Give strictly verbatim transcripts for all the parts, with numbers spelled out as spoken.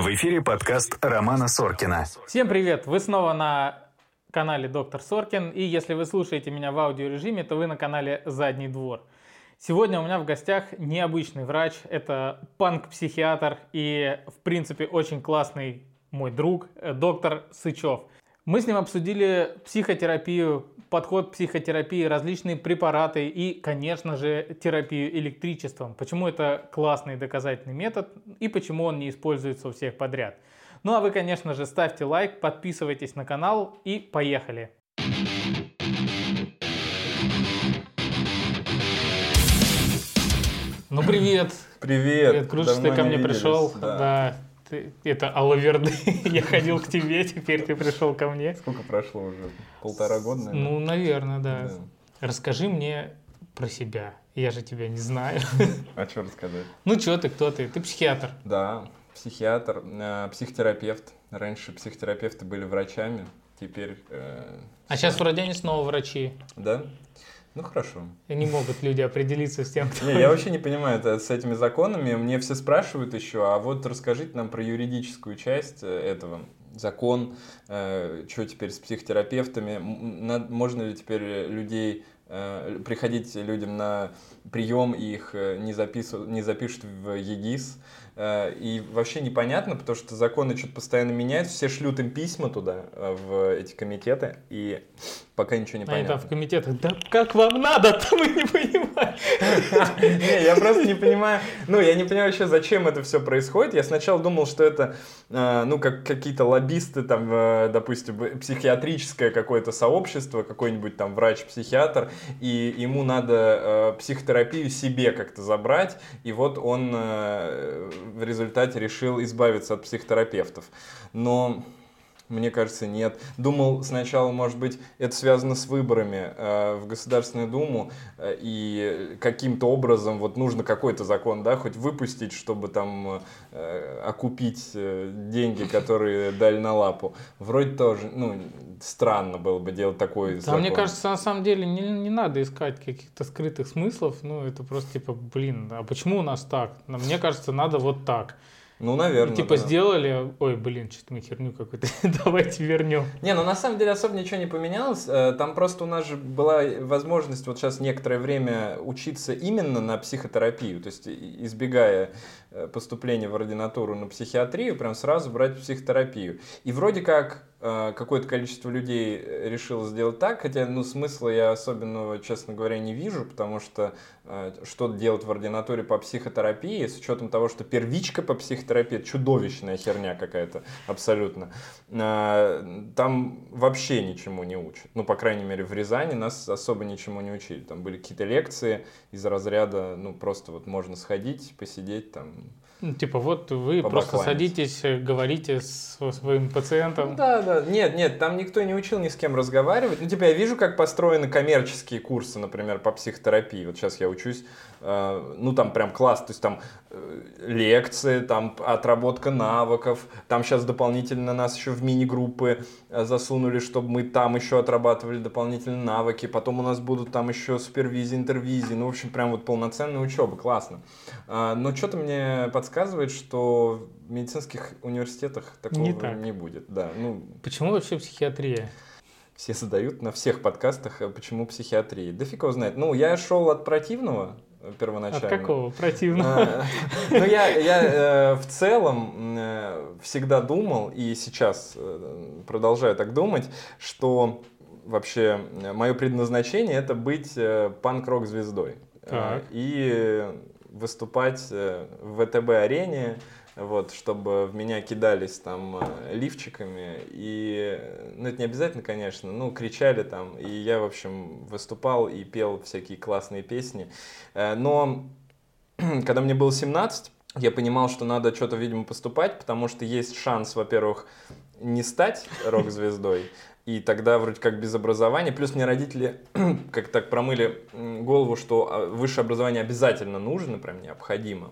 В эфире подкаст Романа Соркина. Всем привет! Вы снова на канале Доктор Соркин. И если вы слушаете меня в аудиорежиме, то вы на канале Задний двор. Сегодня у меня в гостях необычный врач. Это панк-психиатр и, в принципе, очень классный мой друг, доктор Сычев. Мы с ним обсудили психотерапию, подход к психотерапии, различные препараты и, конечно же, терапию электричеством. Почему это классный доказательный метод и почему он не используется у всех подряд. Ну а вы, конечно же, ставьте лайк, подписывайтесь на канал и поехали! Ну привет! Привет! Привет, круто, что ты ко мне виделись, пришел. Да. Да. Ты, это Алаверды. Я ходил к тебе, теперь ты пришел ко мне. Сколько прошло уже? Полтора года, наверное? Ну, наверное, да. Да. Расскажи мне про себя. Я же тебя не знаю. А что рассказать? Ну, что ты, кто ты? Ты психиатр. Да, психиатр, э, психотерапевт. Раньше психотерапевты были врачами, теперь... э, А сейчас вроде они снова врачи. Да? Ну, хорошо. И не могут люди определиться с тем, кто... Не, я вообще не понимаю это, с этими законами. Мне все спрашивают еще, а вот расскажите нам про юридическую часть этого. Закон, э, что теперь с психотерапевтами, М- можно ли теперь людей, э, приходить людям на прием и их не, записывают, не запишут в ЕГИС. Э, и вообще непонятно, потому что законы что-то постоянно меняются, все шлют им письма туда, в эти комитеты, и пока ничего не понятно. А это в комитетах, да как вам надо-то, мы не понимаем. Не, я просто не понимаю, ну, я не понимаю вообще, зачем это все происходит. Я сначала думал, что это, ну, как какие-то лоббисты, там, допустим, психиатрическое какое-то сообщество, какой-нибудь там врач-психиатр, и ему надо психотерапию себе как-то забрать, и вот он в результате решил избавиться от психотерапевтов. Но... Мне кажется, нет. Думал сначала, может быть, это связано с выборами э, в Государственную Думу, э, и каким-то образом вот нужно какой-то закон, да, хоть выпустить, чтобы там э, окупить э, деньги, которые дали на лапу. Вроде тоже, ну, странно было бы делать такой Да, закон. мне кажется, на самом деле не, не надо искать каких-то скрытых смыслов, ну, это просто типа, блин, а почему у нас так? Мне кажется, надо вот так. Ну, наверное, Типа да. сделали, ой, блин, что-то мы херню какую-то, давайте вернем. Не, ну на самом деле особо ничего не поменялось. Там просто у нас же была возможность вот сейчас некоторое время учиться именно на психотерапию, то есть избегая поступления в ординатуру на психиатрию, прям сразу брать психотерапию. И вроде как какое-то количество людей решило сделать так, хотя ну, смысла я особенного, честно говоря, не вижу, потому что что делать в ординатуре по психотерапии, с учетом того, что первичка по психотерапии — это чудовищная херня какая-то абсолютно. Там вообще ничему не учат. Ну, по крайней мере, в Рязани нас особо ничему не учили. Там были какие-то лекции из разряда, ну, просто вот можно сходить, посидеть там. Ну, типа вот вы просто садитесь, говорите со своим пациентом. Ну, да, да. Нет, нет, там никто не учил ни с кем разговаривать. Ну, типа я вижу, как построены коммерческие курсы, например, по психотерапии. Вот сейчас я учусь, э, ну там прям класс, то есть там э, лекции, там отработка навыков. Там сейчас дополнительно нас еще в мини-группы засунули, чтобы мы там еще отрабатывали дополнительные навыки. Потом у нас будут там еще супервизии, интервизии. Ну, в общем, прям вот полноценная учеба, классно. А, но что-то мне подсказывает, Подсказывает, что в медицинских университетах такого не, не будет. Да, ну, почему вообще психиатрия? Все задают на всех подкастах, почему психиатрия. Да фиг его знает. Ну, я шел от противного первоначально. От какого противного? Ну, я, я в целом всегда думал, и сейчас продолжаю так думать, что вообще мое предназначение — это быть панк-рок звездой. Так. И выступать в ВТБ-арене, вот, чтобы в меня кидались там лифчиками, и, ну, это не обязательно, конечно, ну, кричали там, и я, в общем, выступал и пел всякие классные песни, но когда мне было семнадцать, я понимал, что надо что-то, видимо, поступать, потому что есть шанс, во-первых, не стать рок-звездой, и тогда вроде как без образования. Плюс мне родители как-то так промыли голову, что высшее образование обязательно нужно, прям необходимо.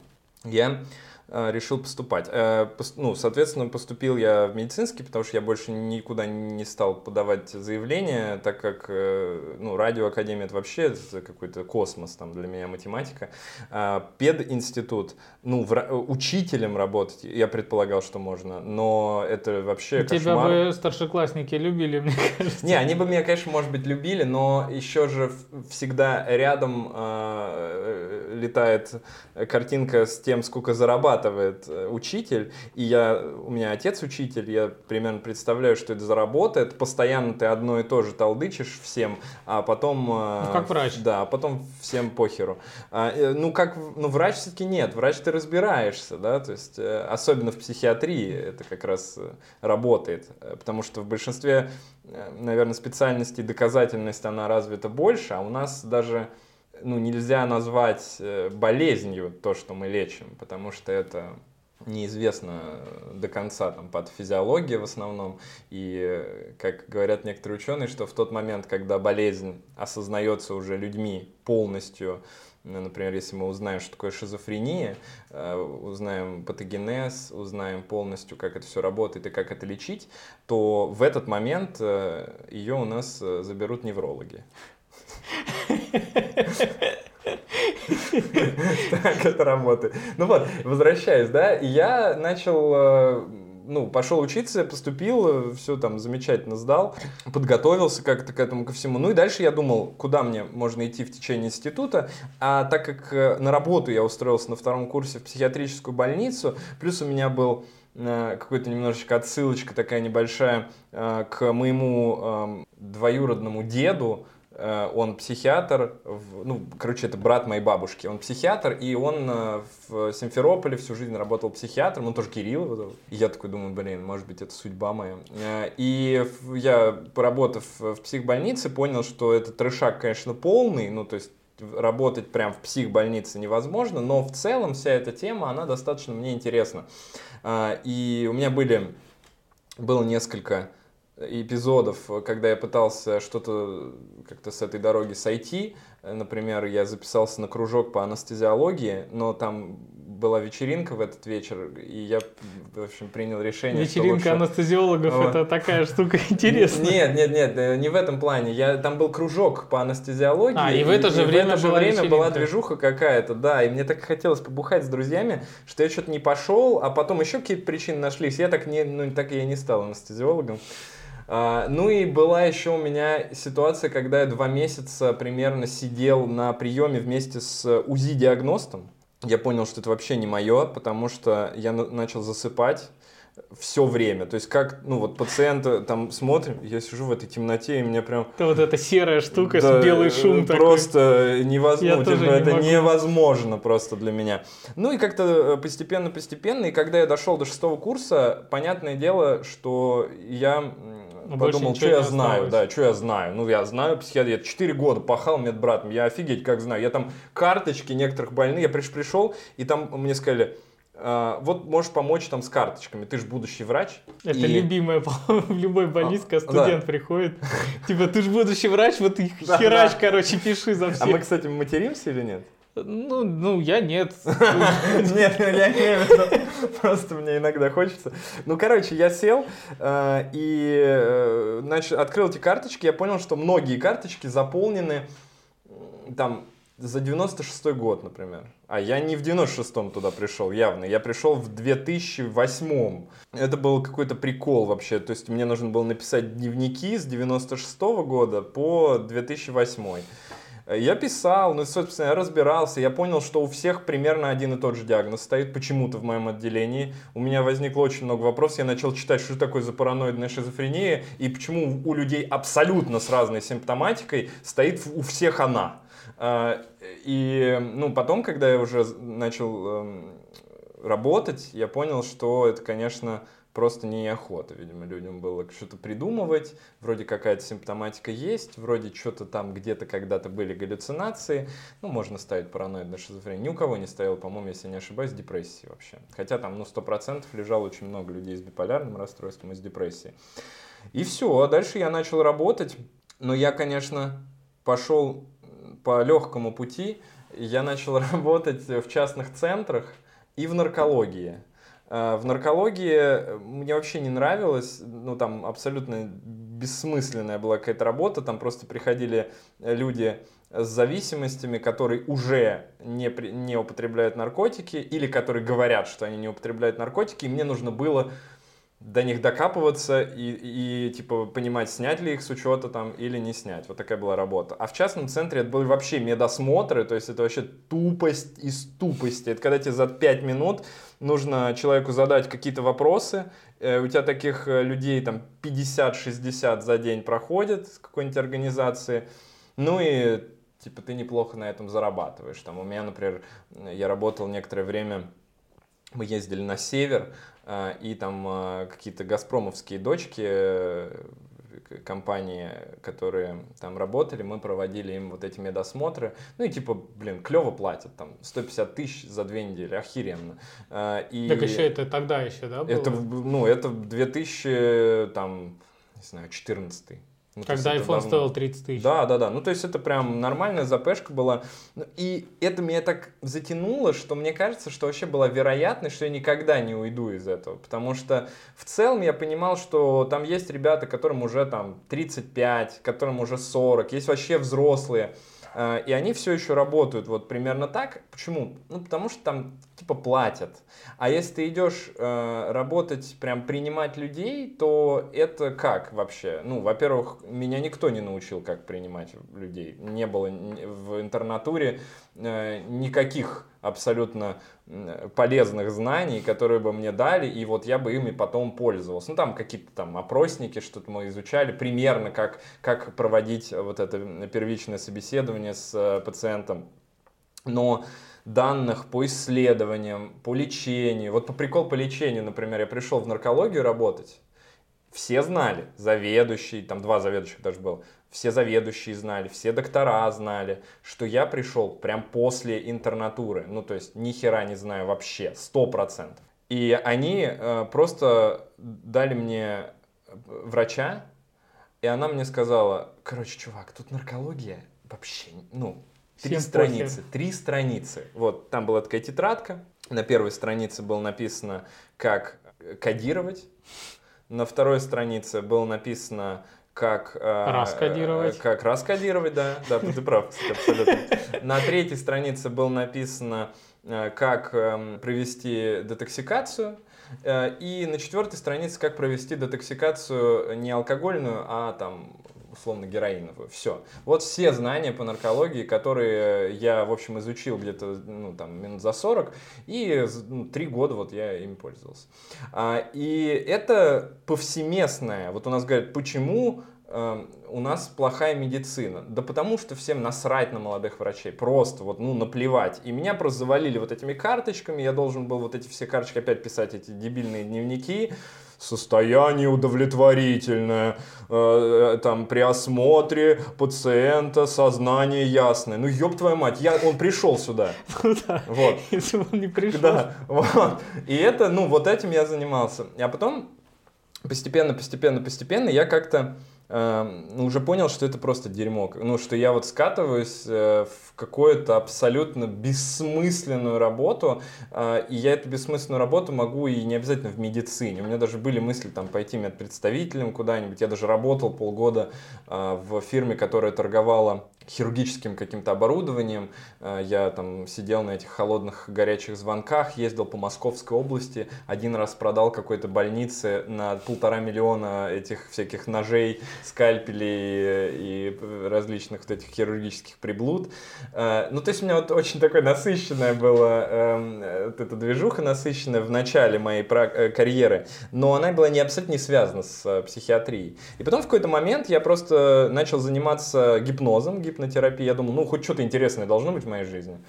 я решил поступать. Ну, соответственно, поступил я в медицинский, потому что я больше никуда не стал подавать заявление, так как, ну, радиоакадемия — это вообще это какой-то космос, там, для меня математика. Пединститут, ну, в, учителем работать я предполагал, что можно, но это вообще кошмар. Тебя бы старшеклассники любили, мне кажется. Не, они бы меня, конечно, может быть, любили, но еще же всегда рядом э, летает картинка с тем, сколько зарабатывает учитель, и я, у меня отец учитель, я примерно представляю, что это за работа, это постоянно ты одно и то же толдычишь всем, а потом... Ну, как врач. Да, а потом всем похеру. А, ну, как, ну, врач все-таки нет, врач ты разбираешься, да, то есть, особенно в психиатрии это как раз работает, потому что в большинстве, наверное, специальностей доказательность, она развита больше, а у нас даже... Ну, нельзя назвать болезнью то, что мы лечим, потому что это неизвестно до конца, там, патофизиология в основном. И, как говорят некоторые ученые, что в тот момент, когда болезнь осознается уже людьми полностью, например, если мы узнаем, что такое шизофрения, узнаем патогенез, узнаем полностью, как это все работает и как это лечить, то в этот момент ее у нас заберут неврологи. Так это работает. Ну вот, возвращаясь, да, и я начал, ну, пошел учиться, поступил, все там замечательно сдал, подготовился как-то к этому ко всему. Ну и дальше я думал, куда мне можно идти в течение института, а так как на работу я устроился на втором курсе в психиатрическую больницу, плюс у меня был какой-то немножечко отсылочка такая небольшая к моему двоюродному деду. Он психиатр, ну, короче, это брат моей бабушки, он психиатр, и он в Симферополе всю жизнь работал психиатром, он тоже Кирилл, и я такой думаю, блин, может быть, это судьба моя. И я, поработав в психбольнице, понял, что это трешак, конечно, полный, ну, то есть работать прям в психбольнице невозможно, но в целом вся эта тема, она достаточно мне интересна. И у меня были, было несколько эпизодов, когда я пытался что-то как-то с этой дороги сойти. Например, я записался на кружок по анестезиологии, но там была вечеринка в этот вечер, и я, в общем, принял решение, вечеринка что лучше... анестезиологов — это такая штука интересная. Нет, нет, нет, не в этом плане. Я, там был кружок по анестезиологии. А, и в это же и время, в это же была, время была движуха какая-то, да, и мне так хотелось побухать с друзьями, что я что-то не пошел, а потом еще какие-то причины нашлись. Я так, не, ну, так и я не стал анестезиологом. Uh, ну и была еще у меня ситуация, когда я два месяца примерно сидел на приеме вместе с УЗИ-диагностом. Я понял, что это вообще не мое, потому что я на- начал засыпать все время. То есть как, ну вот пациента там смотрим, я сижу в этой темноте, и мне прям... Это вот эта серая штука, да, с белый шум просто такой. невозможно, типа, не это могу. невозможно просто для меня. Ну и как-то постепенно-постепенно, и когда я дошел до шестого курса, понятное дело, что я... Но подумал, что я знаю, да, что я знаю. Ну, я знаю психиатр, я четыре года пахал медбратом, я офигеть как знаю. Я там карточки некоторых больных, я приш, пришел, и там мне сказали, а, вот можешь помочь там с карточками, ты же будущий врач. Это и... любимое в любой больнице, когда студент да. приходит. Типа, ты же будущий врач, вот и херач, короче, пиши за всех. А мы, кстати, материмся или нет? Ну, ну, я нет. Нет, я не имею, просто мне иногда хочется. Ну, короче, я сел и открыл эти карточки, я понял, что многие карточки заполнены там за девяносто шестой год, например. А я не в девяносто шестом туда пришел, явно. Я пришел в две тысячи восьмом. Это был какой-то прикол вообще. То есть мне нужно было написать дневники с девяносто шестого года по две тысячи восьмой. Я писал, ну, собственно, я разбирался, я понял, что у всех примерно один и тот же диагноз стоит почему-то в моем отделении. У меня возникло очень много вопросов, я начал читать, что такое за параноидная шизофрения, и почему у людей абсолютно с разной симптоматикой стоит у всех она. И, ну, потом, когда я уже начал работать, я понял, что это, конечно... Просто неохота, видимо, людям было что-то придумывать, вроде какая-то симптоматика есть, вроде что-то там где-то когда-то были галлюцинации, ну, можно ставить параноидную шизофрению. Ни у кого не стояло, по-моему, если не ошибаюсь, депрессии вообще. Хотя там, ну, сто процентов лежало очень много людей с биполярным расстройством и с депрессией. И все, а дальше я начал работать, но я, конечно, пошел по легкому пути, я начал работать в частных центрах, и в наркологии. В наркологии мне вообще не нравилось, ну там абсолютно бессмысленная была какая-то работа, там просто приходили люди с зависимостями, которые уже не, не употребляют наркотики или которые говорят, что они не употребляют наркотики, и мне нужно было до них докапываться и, и типа понимать, снять ли их с учета там или не снять. Вот такая была работа. А в частном центре это были вообще медосмотры, то есть это вообще тупость из тупости. Это когда тебе за пять минут нужно человеку задать какие-то вопросы, э, у тебя таких людей там пятьдесят-шестьдесят за день проходит с какой-нибудь организации, ну и типа ты неплохо на этом зарабатываешь. Там у меня, например, я работал некоторое время, мы ездили на север, и там какие-то газпромовские дочки, компании, которые там работали, мы проводили им вот эти медосмотры. Ну и типа, блин, клево платят, там сто пятьдесят тысяч за две недели, охеренно. И так еще это тогда еще, да, было? Это, ну, это две тысячи, там, не знаю, четырнадцатый. Ну, когда iPhone давно стоил тридцать тысяч. Да, да, да. Ну, то есть это прям нормальная запешка была. И это меня так затянуло, что мне кажется, что вообще была вероятность, что я никогда не уйду из этого. Потому что в целом я понимал, что там есть ребята, которым уже там тридцать пять, которым уже сорок, есть вообще взрослые. И они все еще работают вот примерно так. Почему? Ну, потому что там типа платят. А если ты идешь э, работать, прям принимать людей, то это как вообще? Ну, во-первых, меня никто не научил, как принимать людей. Не было в интернатуре э, никаких абсолютно полезных знаний, которые бы мне дали, и вот я бы ими потом пользовался. Ну, там какие-то там опросники, что-то мы изучали, примерно как, как проводить вот это первичное собеседование с пациентом. Но данных по исследованиям, по лечению, вот по прикол по лечению, например, я пришел в наркологию работать, все знали, заведующий, там два заведующих даже было, все заведующие знали, все доктора знали, что я пришел прям после интернатуры, ну то есть ни хера не знаю вообще, сто процентов. И они э, просто дали мне врача, и она мне сказала, короче, чувак, тут наркология вообще, ну, три страницы, три страницы. Вот, там была такая тетрадка, на первой странице было написано, как кодировать, на второй странице было написано, как раскодировать. Э, как раскодировать, да, да, ты прав, абсолютно. На третьей странице было написано, как э, провести детоксикацию. И на четвертой странице, как провести детоксикацию не алкогольную, а там условно героиновую. Все. Вот все знания по наркологии, которые я, в общем, изучил где-то ну, там, минут за сорок, и ну, три года вот я ими пользовался. А, и это повсеместное. Вот у нас говорят, почему э, у нас плохая медицина? Да потому что всем насрать на молодых врачей. Просто вот, ну, наплевать. И меня просто завалили вот этими карточками. Я должен был вот эти все карточки опять писать, эти дебильные дневники. Состояние удовлетворительное, э, там, при осмотре пациента сознание ясное. Ну, ёб твою мать, я, он пришел сюда. Ну да, вот. Если бы он не пришел. Да, вот. И это, ну, вот этим я занимался. А потом постепенно, постепенно, постепенно я как-то э, уже понял, что это просто дерьмо. Ну, что я вот скатываюсь э, в какую-то абсолютно бессмысленную работу, э, и я эту бессмысленную работу могу и не обязательно в медицине. У меня даже были мысли там пойти медпредставителем куда-нибудь. Я даже работал полгода э, в фирме, которая торговала хирургическим каким-то оборудованием. Я там сидел на этих холодных горячих звонках, ездил по Московской области, один раз продал какой-то больнице на полтора миллиона этих всяких ножей, скальпелей и различных вот этих хирургических приблуд. Ну, то есть у меня вот очень такое насыщенное было, вот эта движуха насыщенная в начале моей карьеры, но она была не абсолютно не связана с психиатрией. И потом в какой-то момент я просто начал заниматься гипнозом, гипнотерапией. Я думал, ну, хоть что-то интересное должно быть в моей жизни.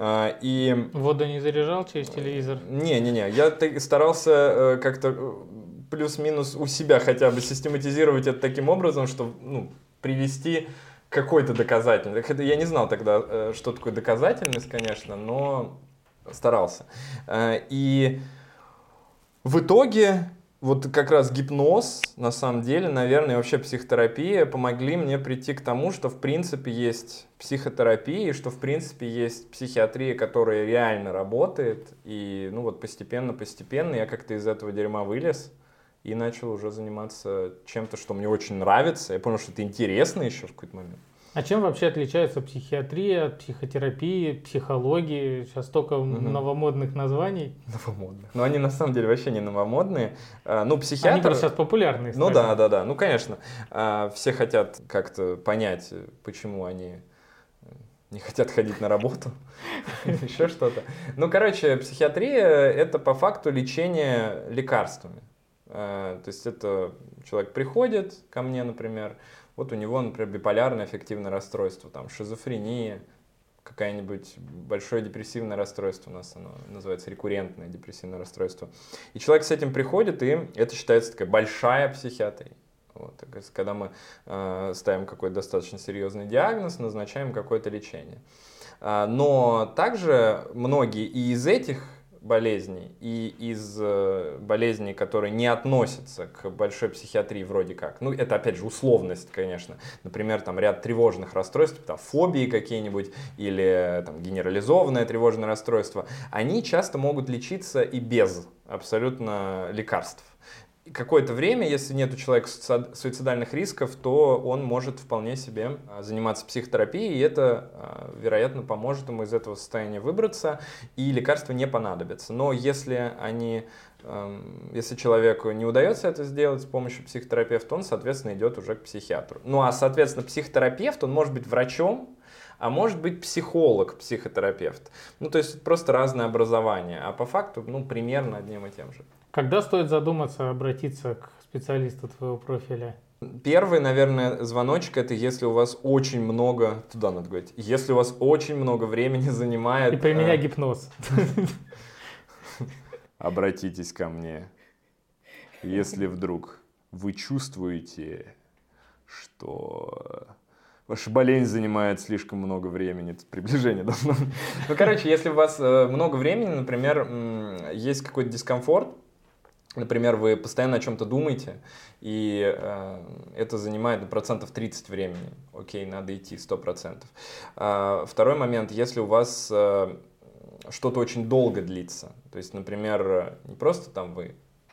И... Воду не заряжал через телевизор? Не-не-не, я старался как-то плюс-минус у себя хотя бы систематизировать это таким образом, что ну, привести какой-то доказательность. Я не знал тогда, что такое доказательность, конечно, но старался. И в итоге вот как раз гипноз, на самом деле, наверное, и вообще психотерапия помогли мне прийти к тому, что в принципе есть психотерапия, и что в принципе есть психиатрия, которая реально работает. И ну вот постепенно-постепенно я как-то из этого дерьма вылез и начал уже заниматься чем-то, что мне очень нравится. Я понял, что это интересно еще в какой-то момент. А чем вообще отличается психиатрия от психотерапии, психологии? Сейчас столько угу. новомодных названий. Новомодных. Но они на самом деле вообще не новомодные. Ну, психиатр... Они просто сейчас популярные стали. Ну да, да, да. Ну, конечно. Все хотят как-то понять, почему они не хотят ходить на работу. Еще что-то. Ну, короче, психиатрия — это по факту лечение лекарствами. То есть это человек приходит ко мне, например, вот у него, например, биполярное аффективное расстройство, там, шизофрения, какое-нибудь большое депрессивное расстройство, у нас оно называется рекуррентное депрессивное расстройство. И человек с этим приходит, и это считается такая большая психиатрия. Вот, когда мы э, ставим какой-то достаточно серьезный диагноз, назначаем какое-то лечение. А, но также многие и из этих болезней, и из э, болезней, которые не относятся к большой психиатрии вроде как. Ну, это, опять же, условность, конечно. Например, там ряд тревожных расстройств, там, фобии какие-нибудь, или там, генерализованное тревожное расстройство, они часто могут лечиться и без абсолютно лекарств. Какое-то время, если нет у человека суицидальных рисков, то он может вполне себе заниматься психотерапией, и это, вероятно, поможет ему из этого состояния выбраться, и лекарства не понадобятся. Но если они, если человеку не удается это сделать с помощью психотерапевта, он, соответственно, идет уже к психиатру. Ну а, соответственно, психотерапевт, он может быть врачом, а может быть психолог, психотерапевт. Ну, то есть это просто разное образование, а по факту, ну, примерно одним и тем же. Когда стоит задуматься, обратиться к специалисту твоего профиля? Первый, наверное, звоночек — это если у вас очень много, туда надо говорить, если у вас очень много времени занимает... И применяй гипноз. Обратитесь ко мне, если вдруг вы чувствуете, что... Ваша болезнь занимает слишком много времени, тут приближение должно быть. Ну, короче, если у вас много времени, например, есть какой-то дискомфорт, например, вы постоянно о чем-то думаете, и э, это занимает ну, процентов тридцать времени, окей, надо идти, сто процентов. А, второй момент, если у вас э, что-то очень долго длится, то есть, например, не просто там вы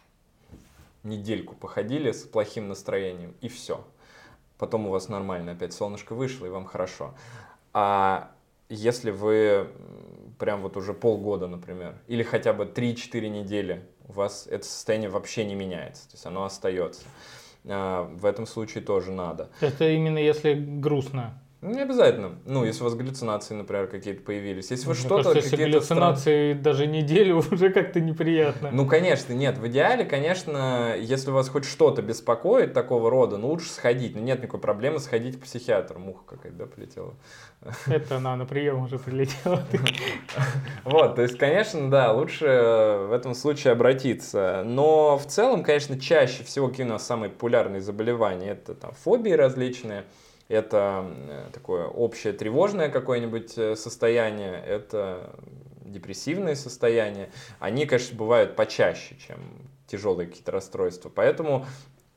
недельку походили с плохим настроением, и все. Потом у вас нормально, опять солнышко вышло, и вам хорошо. А если вы прям вот уже полгода, например, или хотя бы три-четыре недели, у вас это состояние вообще не меняется, то есть оно остается. В этом случае тоже надо. Это именно если грустно? Не обязательно. Ну, если у вас галлюцинации, например, какие-то появились. Если вы Мне что-то... кажется, если галлюцинации стран... даже неделю, уже как-то неприятно. Ну, конечно, нет. В идеале, конечно, если вас хоть что-то беспокоит такого рода, ну, лучше сходить. Ну, нет никакой проблемы сходить к психиатру. Муха какая-то, да, полетела? Это она на прием уже прилетела. Вот, то есть, конечно, да, лучше в этом случае обратиться. Но в целом, конечно, чаще всего, какие у нас самые популярные заболевания, это там фобии различные, это такое общее тревожное какое-нибудь состояние, это депрессивные состояния. Они, конечно, бывают почаще, чем тяжелые какие-то расстройства. Поэтому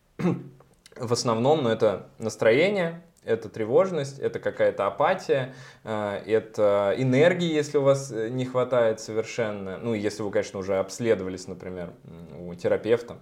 в основном ну, это настроение, это тревожность, это какая-то апатия, это энергии, если у вас не хватает совершенно. Ну, если вы, конечно, уже обследовались, например, у терапевта,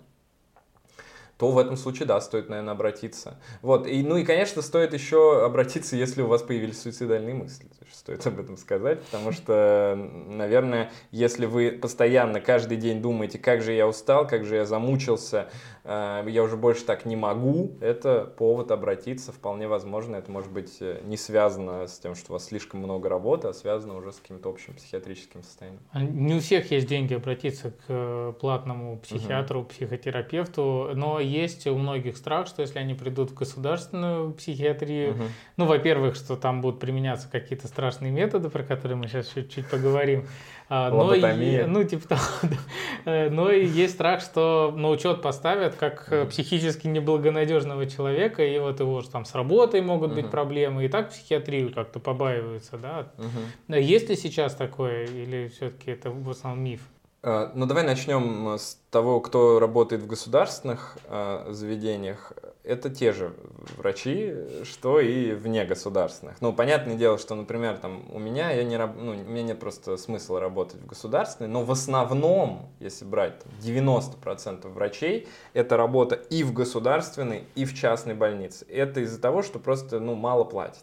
то в этом случае, да, стоит, наверное, обратиться. Вот. И, ну и, конечно, стоит еще обратиться, если у вас появились суицидальные мысли. Стоит об этом сказать, потому что, наверное, если вы постоянно, каждый день думаете, как же я устал, как же я замучился, я уже больше так не могу, это повод обратиться, вполне возможно. Это может быть не связано с тем, что у вас слишком много работы, а связано уже с каким-то общим психиатрическим состоянием. Не у всех есть деньги обратиться к платному психиатру, угу. психотерапевту, но есть у многих страх, что если они придут в государственную психиатрию, угу. ну, во-первых, что там будут применяться какие-то страшные методы, про которые мы сейчас чуть-чуть поговорим. Но и, ну, типа того, да. Но и есть страх, что на учет поставят как uh-huh. психически неблагонадежного человека, и вот его же там с работой могут uh-huh. быть проблемы, и так психиатрию как-то побаиваются, да. Uh-huh. Есть ли сейчас такое, или все-таки это в основном миф? Ну, давай начнем с того, кто работает в государственных э, заведениях. Это те же врачи, что и вне государственных. Ну, понятное дело, что, например, там, у меня, я не, ну, у меня нет просто смысла работать в государственной, но в основном, если брать там, девяносто процентов врачей, это работа и в государственной, и в частной больнице. Это из-за того, что просто ну, мало платят.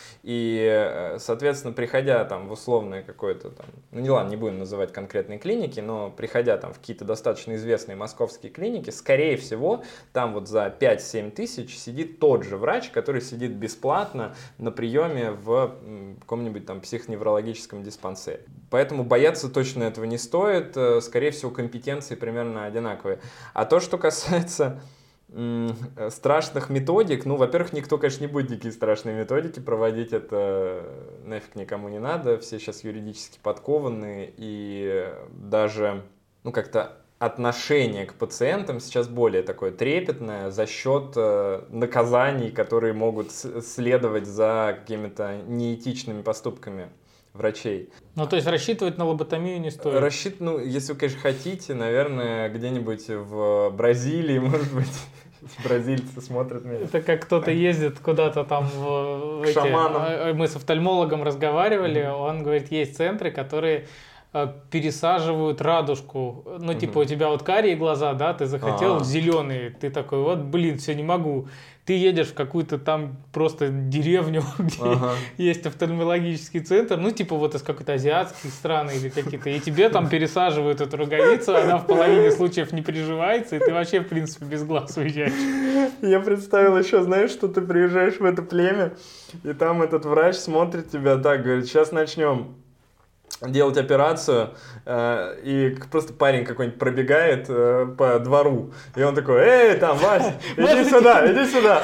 И, соответственно, приходя там в условное какое-то там, ну не ладно, не будем называть конкретные клиники, но приходя там в какие-то достаточно известные московские клиники, скорее всего, там вот за пять-семь тысяч сидит тот же врач, который сидит бесплатно на приеме в каком-нибудь там психоневрологическом диспансере. Поэтому бояться точно этого не стоит, скорее всего, компетенции примерно одинаковые. А то, что касается страшных методик, ну, во-первых, никто, конечно, не будет никакие страшные методики проводить, это нафиг никому не надо, все сейчас юридически подкованные, и даже, ну, как-то отношение к пациентам сейчас более такое трепетное за счет наказаний, которые могут следовать за какими-то неэтичными поступками врачей. Ну, то есть рассчитывать на лоботомию не стоит? Рассчит... Ну, если вы, конечно, хотите, наверное, где-нибудь в Бразилии, может быть, бразильцы смотрят меня. Это как кто-то ездит куда-то там в, в эти... шаманом. Мы с офтальмологом разговаривали, mm-hmm. он говорит, есть центры, которые пересаживают радужку. Ну, mm-hmm. типа, у тебя вот карие глаза, да, ты захотел А-а-а. в зеленые, ты такой, вот, блин, все, не могу. Ты едешь в какую-то там просто деревню, где ага. есть офтальмологический центр, ну, типа вот из какой-то азиатской страны или какие-то, и тебе там пересаживают эту роговицу, она в половине случаев не приживается, и ты вообще, в принципе, без глаз уезжаешь. Я представил еще, знаешь, что ты приезжаешь в это племя, и там этот врач смотрит тебя так, говорит, сейчас начнем делать операцию, э, и просто парень какой-нибудь пробегает э, по двору, и он такой, эй, там, Вася, иди сюда, иди сюда.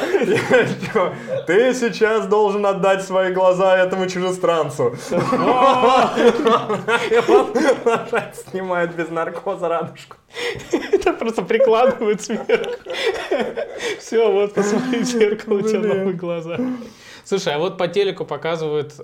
Ты сейчас должен отдать свои глаза этому чужестранцу. Снимают без наркоза радужку. Это просто прикладывают сверху. Все, вот, посмотри в зеркало, у тебя новые глаза. Слушай, а вот по телеку показывают,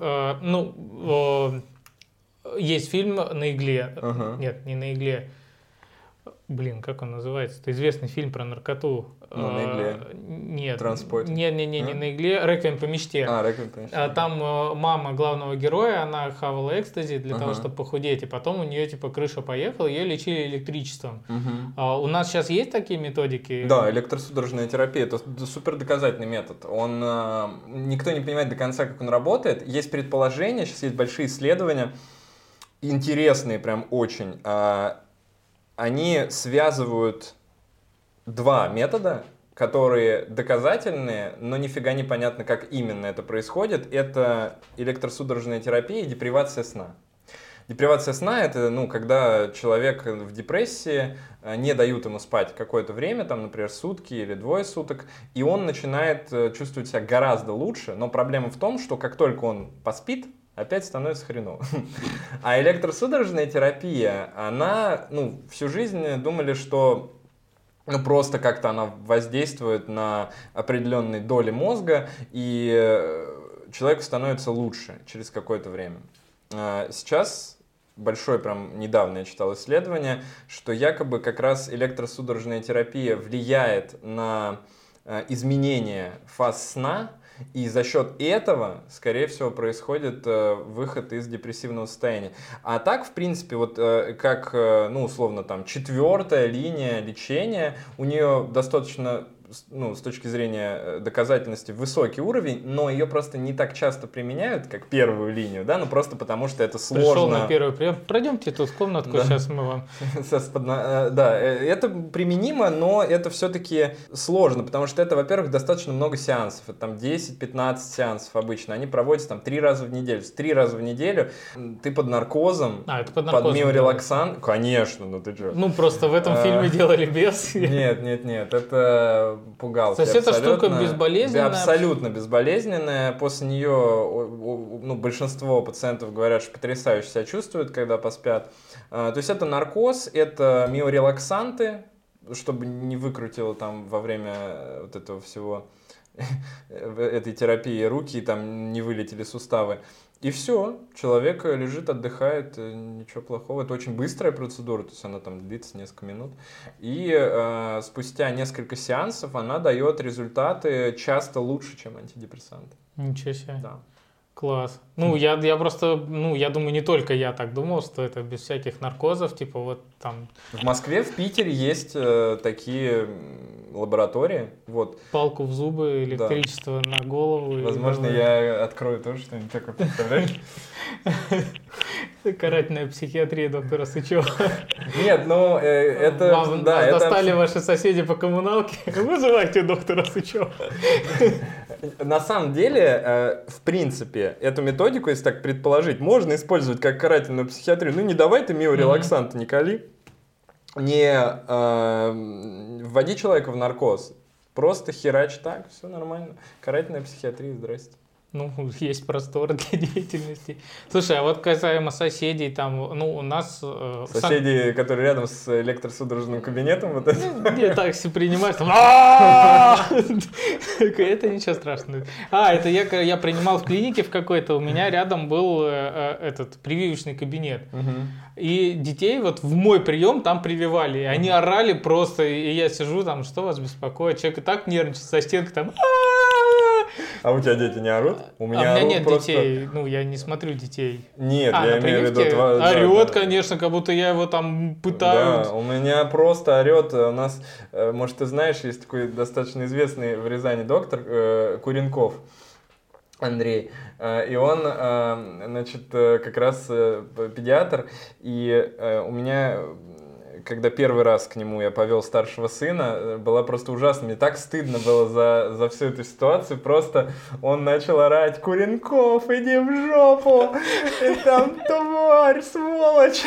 ну, есть фильм «На игле». Ага. Нет, не «На игле». Блин, как он называется? Это известный фильм про наркоту. Ну, «На игле». Нет. «Транспорт». Нет, нет, нет, а? не «На игле». «Реквием по мечте». А, «Реквием по мечте». Там мама главного героя, она хавала экстази для ага. того, чтобы похудеть. И потом у нее типа крыша поехала, ее лечили электричеством. Угу. А у нас сейчас есть такие методики? Да, электросудорожная терапия. Это супер доказательный метод. Он, никто не понимает до конца, как он работает. Есть предположения, сейчас есть большие исследования, интересные прям очень. Они связывают два метода, которые доказательные, но нифига не понятно, как именно это происходит. Это электросудорожная терапия и депривация сна. Депривация сна – это, ну, когда человек в депрессии, не дают ему спать какое-то время, там, например, сутки или двое суток, и он начинает чувствовать себя гораздо лучше, но проблема в том, что как только он поспит, опять становится хреново. А электросудорожная терапия, она, ну, всю жизнь думали, что ну, просто как-то она воздействует на определенные доли мозга, и человеку становится лучше через какое-то время. Сейчас большое, прям недавно я читал исследование, что якобы как раз электросудорожная терапия влияет на изменение фаз сна, и за счет этого, скорее всего, происходит э, выход из депрессивного состояния. А так, в принципе, вот э, как, э, ну, условно, там, четвертая линия лечения, у нее достаточно, ну, с точки зрения доказательности, высокий уровень, но ее просто не так часто применяют, как первую линию, да, ну, просто потому что это сложно. Пришел на первую, пройдемте тут в комнатку, да. Сейчас мы вам... Да, это применимо, но это все-таки сложно, потому что это, во-первых, достаточно много сеансов, это там десять-пятнадцать сеансов обычно, они проводятся там три раза в неделю, три раза в неделю ты под наркозом, а, это под, наркозом, под миорелаксан, да. Конечно, ну ты что. Ну, просто в этом фильме делали без. Нет, нет, нет, это... Пугал. То есть эта штука безболезненная? Абсолютно безболезненная. После нее ну, большинство пациентов говорят, что потрясающе себя чувствуют, когда поспят. То есть это наркоз, это миорелаксанты, чтобы не выкрутило там во время вот этого всего этой терапии руки, там не вылетели суставы. И все, человек лежит, отдыхает, ничего плохого. Это очень быстрая процедура, то есть она там длится несколько минут. И э, спустя несколько сеансов она дает результаты часто лучше, чем антидепрессанты. Ничего себе. Да. Класс. Ну, я, я просто, ну, я думаю, не только я так думал, что это без всяких наркозов, типа вот там... В Москве, в Питере есть э, такие лаборатории, вот. Палку в зубы, электричество да. на голову. Возможно, и... я открою тоже что-нибудь такое, представляешь? Карательная психиатрия доктора Сычева. Нет, ну, это... Вам достали ваши соседи по коммуналке, вызывайте доктора Сычева. На самом деле, в принципе, эту методику, если так предположить, можно использовать как карательную психиатрию. Ну, не давай ты миорелаксанты, не кали. Не э, вводи человека в наркоз. Просто херач так, все нормально. Карательная психиатрия, здрасте. Ну, есть простор для деятельности. Слушай, а вот касаемо соседей, там, ну, у нас... Э, Соседи, сам... которые рядом с электросудорожным кабинетом, вот это? Где такси принимаешь, там... Это ничего страшного. А, это я принимал в клинике в какой-то, у меня рядом был этот прививочный кабинет. И детей вот в мой прием там прививали. И они орали просто, и я сижу там, что вас беспокоит? Человек и так нервничает со стенкой, там... А у тебя дети не орут? У меня, а у меня нет просто... детей, ну я не смотрю детей. Нет, а, я имею в виду... Тва... Орет, да, конечно, как будто я его там пытаю. Да, у меня просто орет. У нас, может, ты знаешь, есть такой достаточно известный в Рязани доктор э, Куренков Андрей. И он, значит, как раз педиатр. И у меня... Когда первый раз к нему я повел старшего сына, было просто ужасно. Мне так стыдно было за, за всю эту ситуацию. Просто он начал орать: «Куренков, иди в жопу! И там тварь, сволочь!»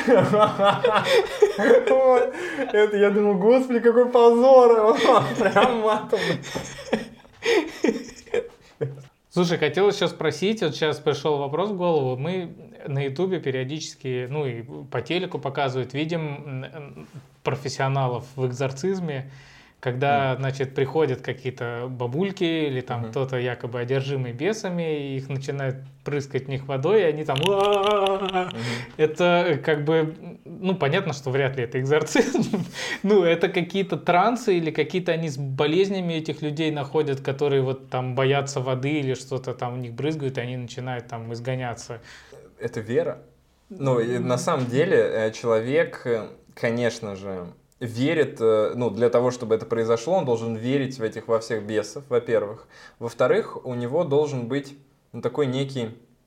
Это я думаю, господи, какой позор! Прям матом. Слушай, хотел сейчас спросить, вот сейчас пришел вопрос в голову. Мы на Ютубе периодически, ну и по телеку показывают, видим профессионалов в экзорцизме, когда, значит, приходят какие-то бабульки или там uh-huh. кто-то якобы одержимый бесами, и их начинают прыскать в них водой, и они там... Uh-huh. Это как бы... Ну, понятно, что вряд ли это экзорцизм. Ну, это какие-то трансы или какие-то они с болезнями этих людей находят, которые вот там боятся воды или что-то там у них брызгают, и они начинают там изгоняться. Это вера. Ну, и на самом деле человек, конечно же, верит, ну, для того, чтобы это произошло, он должен верить в этих, во всех бесов, во-первых. Во-вторых, у него должен быть, ну, такой некий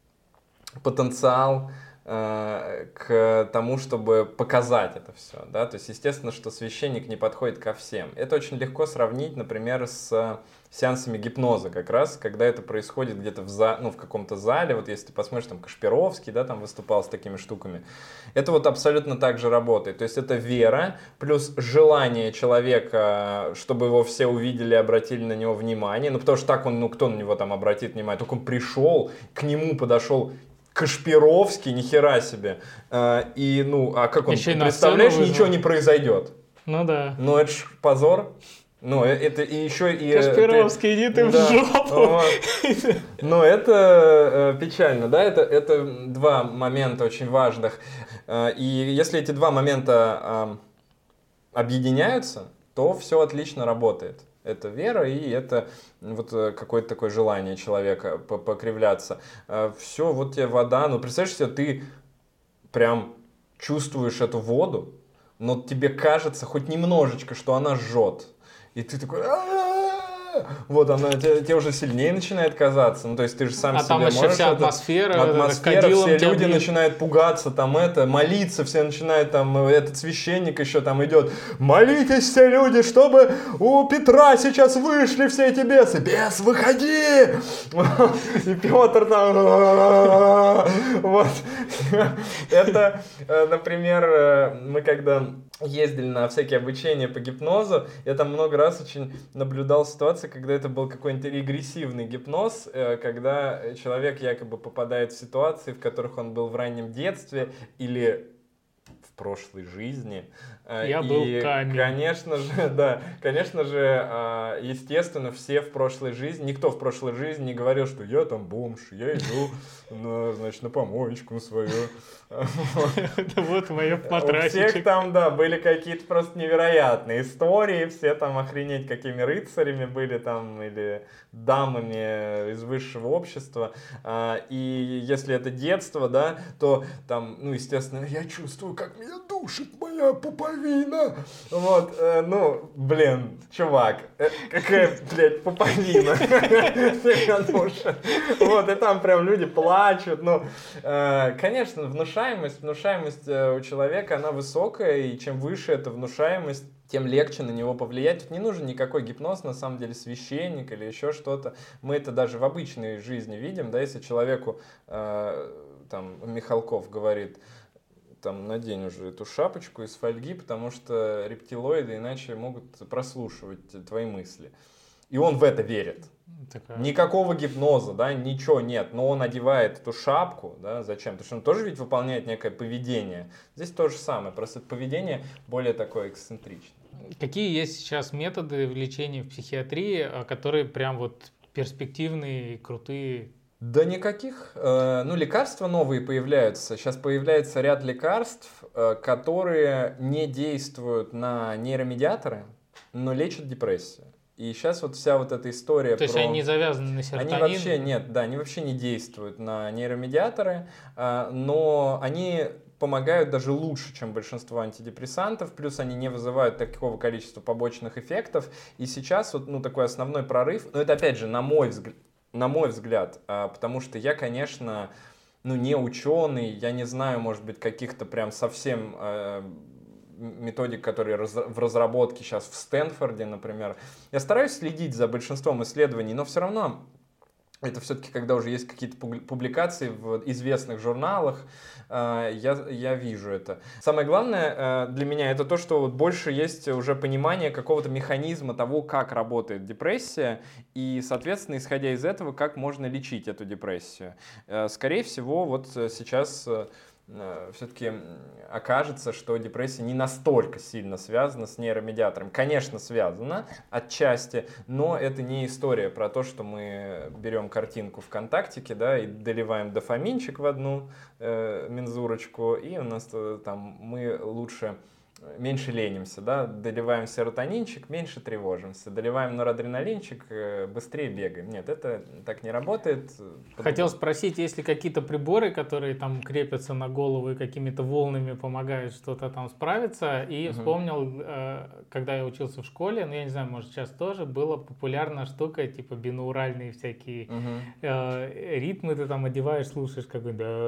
потенциал э, к тому, чтобы показать это все, да, то есть, естественно, что священник не подходит ко всем. Это очень легко сравнить, например, с сеансами гипноза как раз, когда это происходит где-то в, за, ну, в каком-то зале, вот если ты посмотришь, там Кашпировский, да, там выступал с такими штуками, это вот абсолютно так же работает, то есть это вера плюс желание человека, чтобы его все увидели, обратили на него внимание, ну потому что так он, ну кто на него там обратит внимание, только он пришел, к нему подошел Кашпировский, нихера себе, и ну, а как он, еще представляешь, ничего не произойдет. Ну да. Ну это ж позор. Ну, это и еще и... Кашпировский, иди ты да, в жопу! Вот. Ну, это э, печально, да, это, это два момента очень важных. И если эти два момента э, объединяются, то все отлично работает. Это вера и это вот какое-то такое желание человека покривляться. Все, вот тебе вода, ну, представляешь себе, ты прям чувствуешь эту воду, но тебе кажется хоть немножечко, что она жжет. И ты такой, вот она тебе уже сильнее начинает казаться, ну то есть ты же сам а себе там еще можешь... вся атмосфера, атмосфера, все люди бьет. Начинают пугаться, там это, молиться, все начинают, там этот священник еще там идет, молитесь все люди, чтобы у Петра сейчас вышли все эти бесы, бес, выходи! И Петр там, вот, это, например, мы когда ездили на всякие обучения по гипнозу, я там много раз очень наблюдал ситуации, когда это был какой-нибудь регрессивный гипноз, когда человек якобы попадает в ситуации, в которых он был в раннем детстве или в прошлой жизни. Я и, был камень. Конечно же, да, конечно же, естественно, все в прошлой жизни, никто в прошлой жизни не говорил, что я там бомж, я иду, на, значит, на помоечку свою. Вот мое матрасичек. У всех там, да, были какие-то просто невероятные истории, все там охренеть какими рыцарями были там, или дамами из высшего общества. И если это детство, да, то там, ну, естественно, я чувствую, как меня душит моя пуповина. Вот, ну, блин, чувак, какая, блядь, пуповина меня душит. Вот, и там прям люди плачут. Ну, конечно, внушаемость, внушаемость у человека, она высокая, и чем выше эта внушаемость, тем легче на него повлиять. Тут не нужен никакой гипноз, на самом деле, священник или еще что-то. Мы это даже в обычной жизни видим, да, если человеку, э, там, Михалков говорит, там, надень уже эту шапочку из фольги, потому что рептилоиды иначе могут прослушивать твои мысли. И он в это верит. Такая... Никакого гипноза, да, ничего нет, но он одевает эту шапку, да, зачем? Потому что он тоже ведь выполняет некое поведение. Здесь то же самое, просто поведение более такое эксцентричное. Какие есть сейчас методы лечения в психиатрии, которые прям вот перспективные и крутые? Да никаких. Ну, лекарства новые появляются. Сейчас появляется ряд лекарств, которые не действуют на нейромедиаторы, но лечат депрессию. И сейчас вот вся вот эта история. То про... есть они завязаны на серотонин? Они вообще нет, да, они вообще не действуют на нейромедиаторы, но они помогают даже лучше, чем большинство антидепрессантов, плюс они не вызывают такого количества побочных эффектов. И сейчас вот, ну, такой основной прорыв, но это опять же на мой взгляд, на мой взгляд, потому что я, конечно, ну, не ученый, я не знаю, может быть, каких-то прям совсем методик, которые в разработке сейчас в Стэнфорде, например. Я стараюсь следить за большинством исследований, но все равно это все-таки, когда уже есть какие-то публикации в известных журналах, я, я вижу это. Самое главное для меня это то, что вот больше есть уже понимание какого-то механизма того, как работает депрессия, и, соответственно, исходя из этого, как можно лечить эту депрессию. Скорее всего, вот сейчас... все-таки окажется, что депрессия не настолько сильно связана с нейромедиатором. Конечно, связана отчасти, но это не история про то, что мы берем картинку ВКонтактике, да, и доливаем дофаминчик в одну э, мензурочку, и у нас там мы лучше... меньше ленимся, да, доливаем серотонинчик, меньше тревожимся, доливаем норадреналинчик, быстрее бегаем. Нет, это так не работает. Хотел спросить, есть ли какие-то приборы, которые там крепятся на голову и какими-то волнами помогают что-то там справиться, и угу. вспомнил, когда я учился в школе, ну я не знаю, может сейчас тоже, была популярная штука, типа бинауральные всякие угу. э, ритмы, ты там одеваешь, слушаешь, как бы...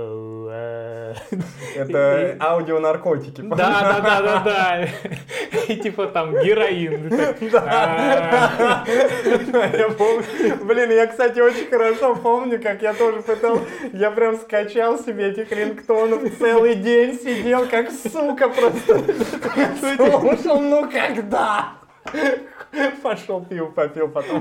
Это аудионаркотики. Да, да, да, да. Да, и типа там героин. Да. Я помню. Блин, я, кстати, очень хорошо помню, как я тоже пытал, я прям скачал себе этих рингтонов, целый день сидел, как сука просто. Слушал, ну когда? Пошел пиво попил потом.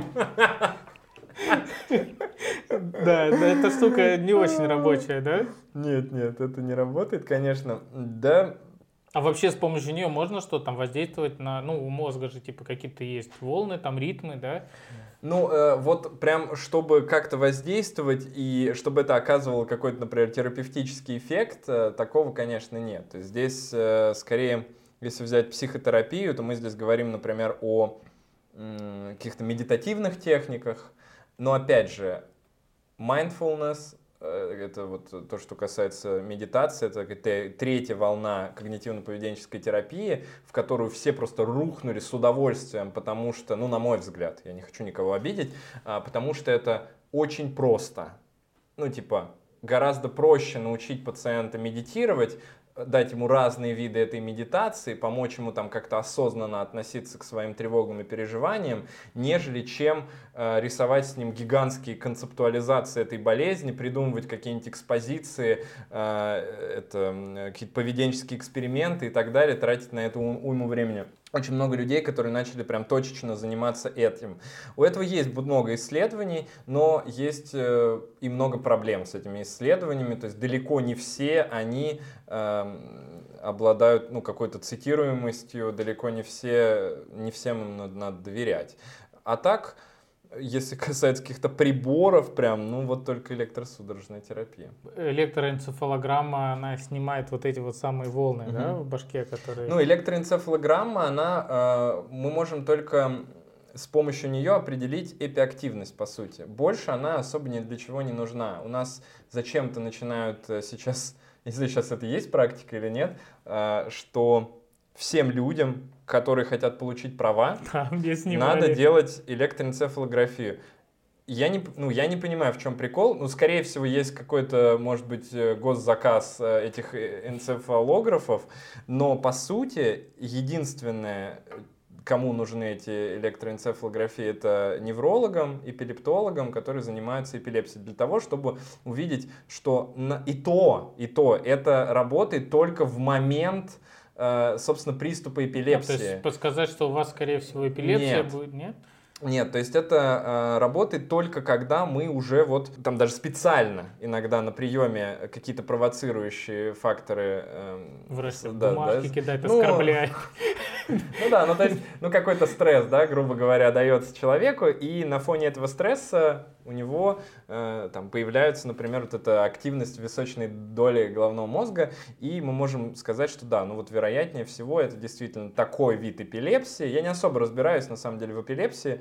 Да, да, эта штука не очень рабочая, да? Нет, нет, это не работает, конечно. Да. А вообще с помощью нее можно что-то там воздействовать на, ну, у мозга же типа какие-то есть волны, там ритмы, да? Ну, э, вот прям, чтобы как-то воздействовать и чтобы это оказывало какой-то, например, терапевтический эффект, э, такого, конечно, нет. То есть здесь э, скорее, если взять психотерапию, то мы здесь говорим, например, о э, каких-то медитативных техниках, но опять же, mindfulness, это вот то, что касается медитации, это третья волна когнитивно-поведенческой терапии, в которую все просто рухнули с удовольствием, потому что, ну, на мой взгляд, я не хочу никого обидеть, потому что это очень просто. Ну, типа, гораздо проще научить пациента медитировать, дать ему разные виды этой медитации, помочь ему там как-то осознанно относиться к своим тревогам и переживаниям, нежели чем э, рисовать с ним гигантские концептуализации этой болезни, придумывать какие-нибудь экспозиции, э, это, какие-то поведенческие эксперименты и так далее, тратить на это уйму времени. Очень много людей, которые начали прям точечно заниматься этим. У этого есть много исследований, но есть э, и много проблем с этими исследованиями. То есть далеко не все они э, обладают, ну, какой-то цитируемостью, далеко не все, не всем им надо, надо доверять. А так, если касается каких-то приборов, прям, ну, вот только электросудорожная терапия. Электроэнцефалограмма, она снимает вот эти вот самые волны, угу. да, в башке, которые... Ну, электроэнцефалограмма, она, э, мы можем только с помощью нее определить эпиактивность, по сути. Больше она особо ни для чего не нужна. У нас зачем-то начинают сейчас, если сейчас это есть практика или нет, э, что всем людям, которые хотят получить права, да, надо делать электроэнцефалографию. Я не, ну, я не понимаю, в чем прикол. Ну, скорее всего, есть какой-то, может быть, госзаказ этих энцефалографов, но, по сути, единственное, кому нужны эти электроэнцефалографии, это неврологам, эпилептологам, которые занимаются эпилепсией, для того, чтобы увидеть, что на... и то, и то, это работает только в момент, собственно, приступа эпилепсии. А, то есть подсказать, что у вас, скорее всего, эпилепсия Нет. будет, нет? Нет, то есть это э, работает только когда мы уже вот, там даже специально иногда на приеме какие-то провоцирующие факторы... Э, Врач да, бумажки да, кидает, ну, оскорбляет. Ну да, ну то есть, ну какой-то стресс, да, грубо говоря, дается человеку, и на фоне этого стресса у него э, там появляется, например, вот эта активность височной доли головного мозга, и мы можем сказать, что да, ну вот вероятнее всего это действительно такой вид эпилепсии. Я не особо разбираюсь, на самом деле, в эпилепсии,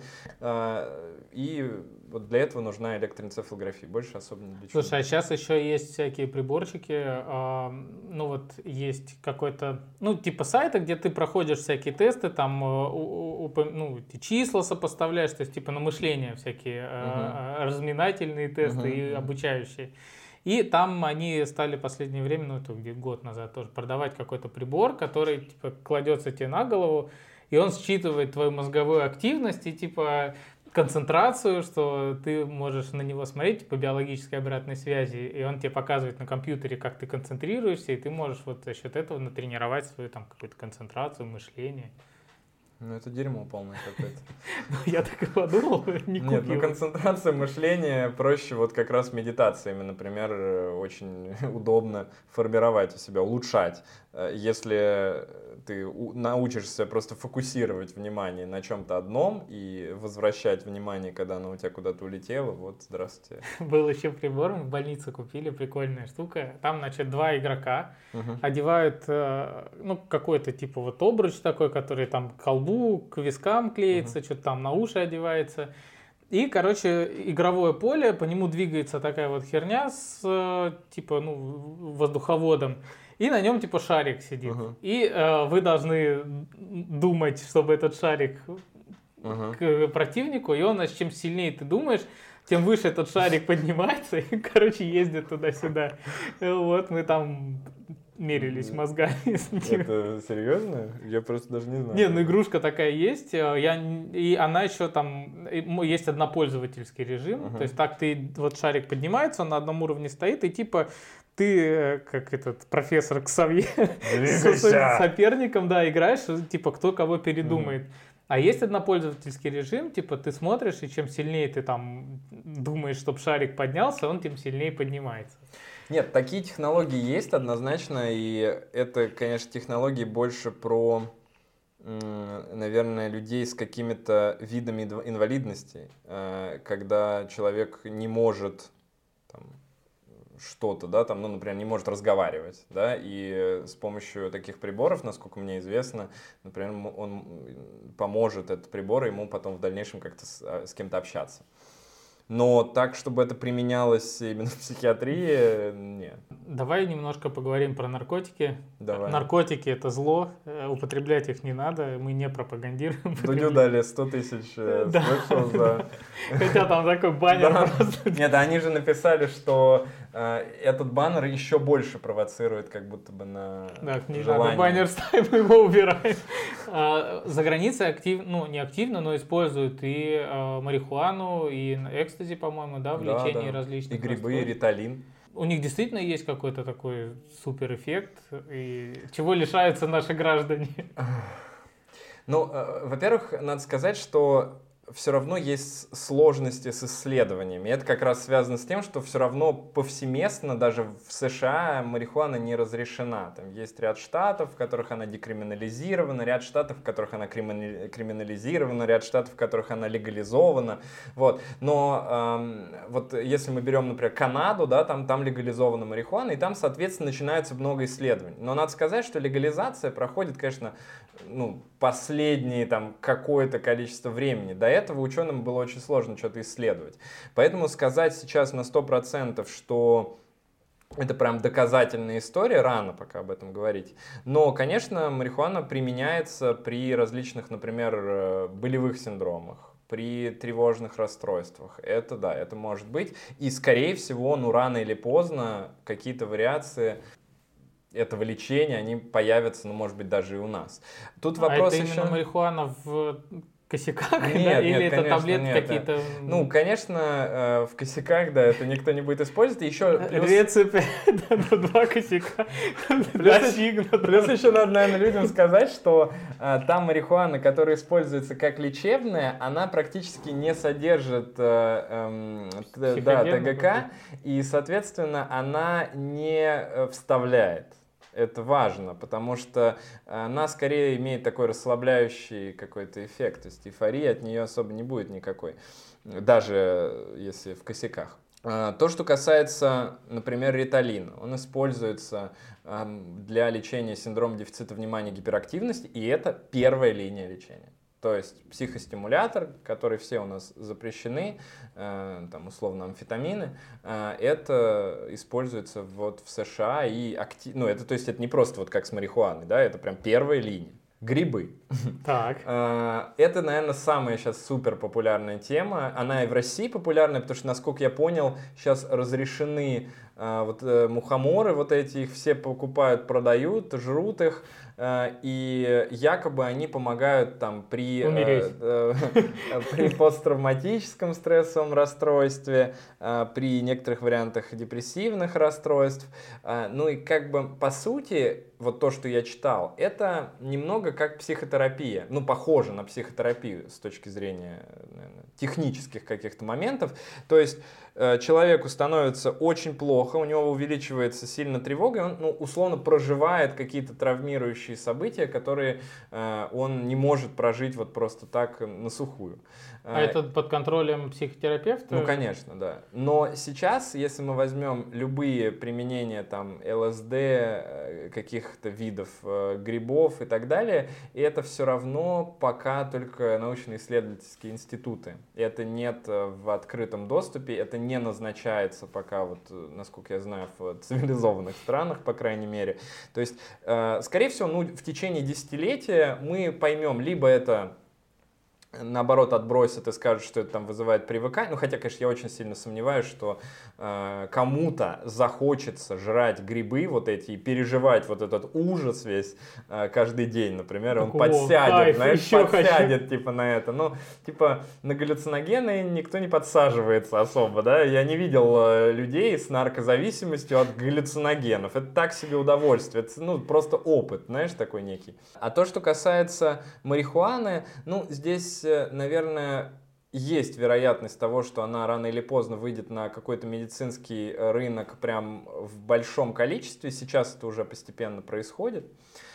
э, и вот для этого нужна электроэнцефалография, больше особо не для чего. Слушай, а сейчас еще есть всякие приборчики, э, ну вот есть какой-то, ну типа сайта, где ты проходишь всякие тесты, там э, у, у, ну, числа сопоставляешь, то есть типа на мышление всякие э, uh-huh. разминательные тесты uh-huh. и обучающие. И там они стали в последнее время, ну это где год назад тоже, продавать какой-то прибор, который типа кладется тебе на голову, и он считывает твою мозговую активность и типа концентрацию, что ты можешь на него смотреть по биологической обратной связи, и он тебе показывает на компьютере, как ты концентрируешься, и ты можешь вот за счет этого натренировать свою там какую-то концентрацию, мышление. Ну, это дерьмо полное какое-то. Я так и подумал, не купил. Нет, ну концентрация мышления проще вот как раз медитациями, например, очень удобно формировать у себя, улучшать. Если ты научишься просто фокусировать внимание на чем-то одном и возвращать внимание, когда оно у тебя куда-то улетело, вот, здравствуйте. Был еще прибор, в больнице купили, прикольная штука. Там, значит, два игрока uh-huh. одевают, ну, какой-то типа вот обруч такой, который там к колбу, к вискам клеится, uh-huh. что-то там на уши одевается. И, короче, игровое поле, по нему двигается такая вот херня с, типа, ну, воздуховодом. И на нем типа шарик сидит. Uh-huh. И э, вы должны думать, чтобы этот шарик uh-huh. к противнику, и он, значит, чем сильнее ты думаешь, тем выше этот шарик поднимается и, короче, ездит туда-сюда. Вот, мы там мерились мозгами. Это серьезно? Я просто даже не знаю. Не, ну игрушка такая есть, я, и она еще там, есть однопользовательский режим, uh-huh. то есть так ты, вот шарик поднимается, он на одном уровне стоит, и типа ты, как этот профессор Ксавье, с соперником, да, играешь, типа кто кого передумает. Mm-hmm. А есть однопользовательский режим, типа ты смотришь, и чем сильнее ты там думаешь, чтобы шарик поднялся, он тем сильнее поднимается. Нет, такие технологии есть однозначно, и это, конечно, технологии больше про, наверное, людей с какими-то видами инвалидности, когда человек не может там, что-то, да, там, ну, например, не может разговаривать, да, и с помощью таких приборов, насколько мне известно, например, он поможет, этот прибор, ему потом в дальнейшем как-то с, с кем-то общаться. Но так, чтобы это применялось именно в психиатрии, нет. Давай немножко поговорим про наркотики. Давай. Наркотики – это зло, употреблять их не надо, мы не пропагандируем. Дудю дали сто тысяч, слышал, за... Хотя там такой баннер просто. Нет, они же написали, что этот баннер еще больше провоцирует, как будто бы на да, не желание. Надо баннер ставим, мы его убираем. За границей активно, ну не активно, но используют и марихуану, и экстази, по-моему, да, в да, лечении да. различных и грибы, расстройств. И риталин. У них действительно есть какой-то такой супер эффект, и чего лишаются наши граждане? Ну, во-первых, надо сказать, что все равно есть сложности с исследованиями. Это как раз связано с тем, что все равно повсеместно, даже в США, марихуана не разрешена. Там есть ряд штатов, в которых она декриминализирована, ряд штатов, в которых она криминализирована, ряд штатов, в которых она легализована. Вот. Но эм, вот если мы берем, например, Канаду, да, там, там легализована марихуана, и там, соответственно, начинается много исследований. Но надо сказать, что легализация проходит, конечно, ну, последние там какое-то количество времени. До этого ученым было очень сложно что-то исследовать. Поэтому сказать сейчас на сто процентов, что это прям доказательная история, рано пока об этом говорить. Но, конечно, марихуана применяется при различных, например, болевых синдромах, при тревожных расстройствах. Это да, это может быть. И, скорее всего, ну, рано или поздно какие-то вариации этого лечения, они появятся, ну, может быть, даже и у нас. Тут вопрос а это еще... именно марихуана в косяках? Нет, да? нет, Или это конечно, таблетки нет, какие-то? Ну, конечно, в косяках, да, это никто не будет использовать. Еще плюс... Рецепт, два косяка. Плюс еще надо, наверное, людям сказать, что та марихуана, которая используется как лечебная, она практически не содержит да, ТГК, и, соответственно, она не вставляет. Это важно, потому что она скорее имеет такой расслабляющий какой-то эффект, то есть эйфории от нее особо не будет никакой, даже если в косяках. То, что касается, например, риталина, он используется для лечения синдрома дефицита внимания и гиперактивности, и это первая линия лечения. То есть психостимулятор, который все у нас запрещены, э, там условно амфетамины, э, это используется вот в США и активно, ну это то есть это не просто вот как с марихуаной, да, это прям первая линия. Грибы. Так. э, это, наверное, самая сейчас супер популярная тема. Она и в России популярная, потому что, насколько я понял, сейчас разрешены э, вот э, мухоморы, вот эти их все покупают, продают, жрут их. И якобы они помогают там при, э, э, при посттравматическом стрессовом расстройстве, э, при некоторых вариантах депрессивных расстройств. Э, ну и как бы по сути, вот то, что я читал, это немного как психотерапия. Ну, похоже на психотерапию с точки зрения, наверное, технических каких-то моментов. То есть э, человеку становится очень плохо, у него увеличивается сильно тревога, и он, ну, условно проживает какие-то травмирующие события, которые э, он не может прожить вот просто так на сухую. А это под контролем психотерапевта? Ну, конечно, да. Но сейчас, если мы возьмем любые применения там ЛСД, каких-то видов э, грибов и так далее, это все равно пока только научно-исследовательские институты. Это нет в открытом доступе, это не назначается пока, вот, насколько я знаю, в цивилизованных странах, по крайней мере. То есть, э, скорее всего, ну, в течение десятилетия мы поймем, либо это наоборот отбросят и скажут, что это там вызывает привыкание. Ну, хотя, конечно, я очень сильно сомневаюсь, что э, кому-то захочется жрать грибы вот эти и переживать вот этот ужас весь э, каждый день, например, так, он о, подсядет, кайф, знаешь, подсядет хочу. Типа на это. Ну, типа на галлюциногены никто не подсаживается особо, да. Я не видел э, людей с наркозависимостью от галлюциногенов. Это так себе удовольствие, это, ну, просто опыт, знаешь, такой некий. А то, что касается марихуаны, ну, здесь наверное, есть вероятность того, что она рано или поздно выйдет на какой-то медицинский рынок прям в большом количестве. Сейчас это уже постепенно происходит.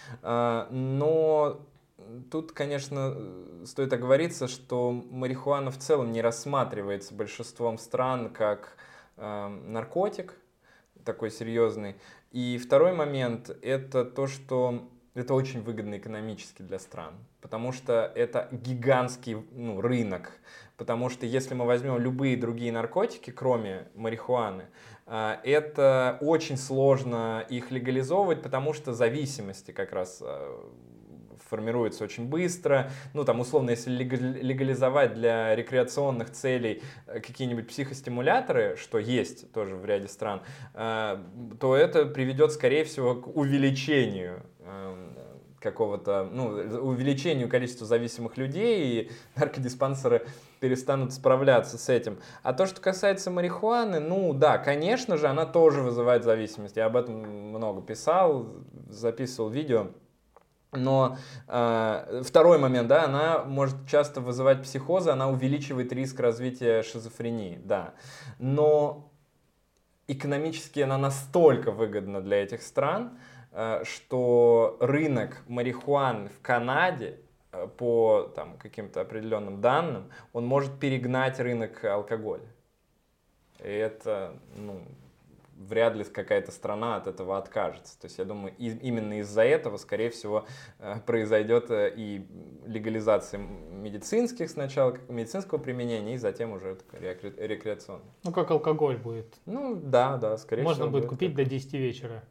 Но тут, конечно, стоит оговориться, что марихуана в целом не рассматривается большинством стран как наркотик такой серьезный. И второй момент – это то, что это очень выгодно экономически для стран, потому что это гигантский, ну, рынок. Потому что если мы возьмем любые другие наркотики, кроме марихуаны, это очень сложно их легализовывать, потому что зависимости как раз формируется очень быстро. Ну, там, условно, если легализовать для рекреационных целей какие-нибудь психостимуляторы, что есть тоже в ряде стран, то это приведет, скорее всего, к увеличению какого-то, ну, увеличению количества зависимых людей, и наркодиспансеры перестанут справляться с этим. А то, что касается марихуаны, ну да, конечно же, она тоже вызывает зависимость. Я об этом много писал, записывал видео. Но э, второй момент, да, она может часто вызывать психозы, она увеличивает риск развития шизофрении, да. Но экономически она настолько выгодна для этих стран, э, что рынок марихуаны в Канаде э, по там, каким-то определенным данным, он может перегнать рынок алкоголя. И это, ну, вряд ли какая-то страна от этого откажется. То есть я думаю, и, именно из-за этого, скорее всего, произойдет и легализация медицинских сначала, медицинского применения, и затем уже рекре- рекреационного. Ну, как алкоголь будет. Ну, да, да, скорее Можно всего. будет будет купить как... до десяти вечера.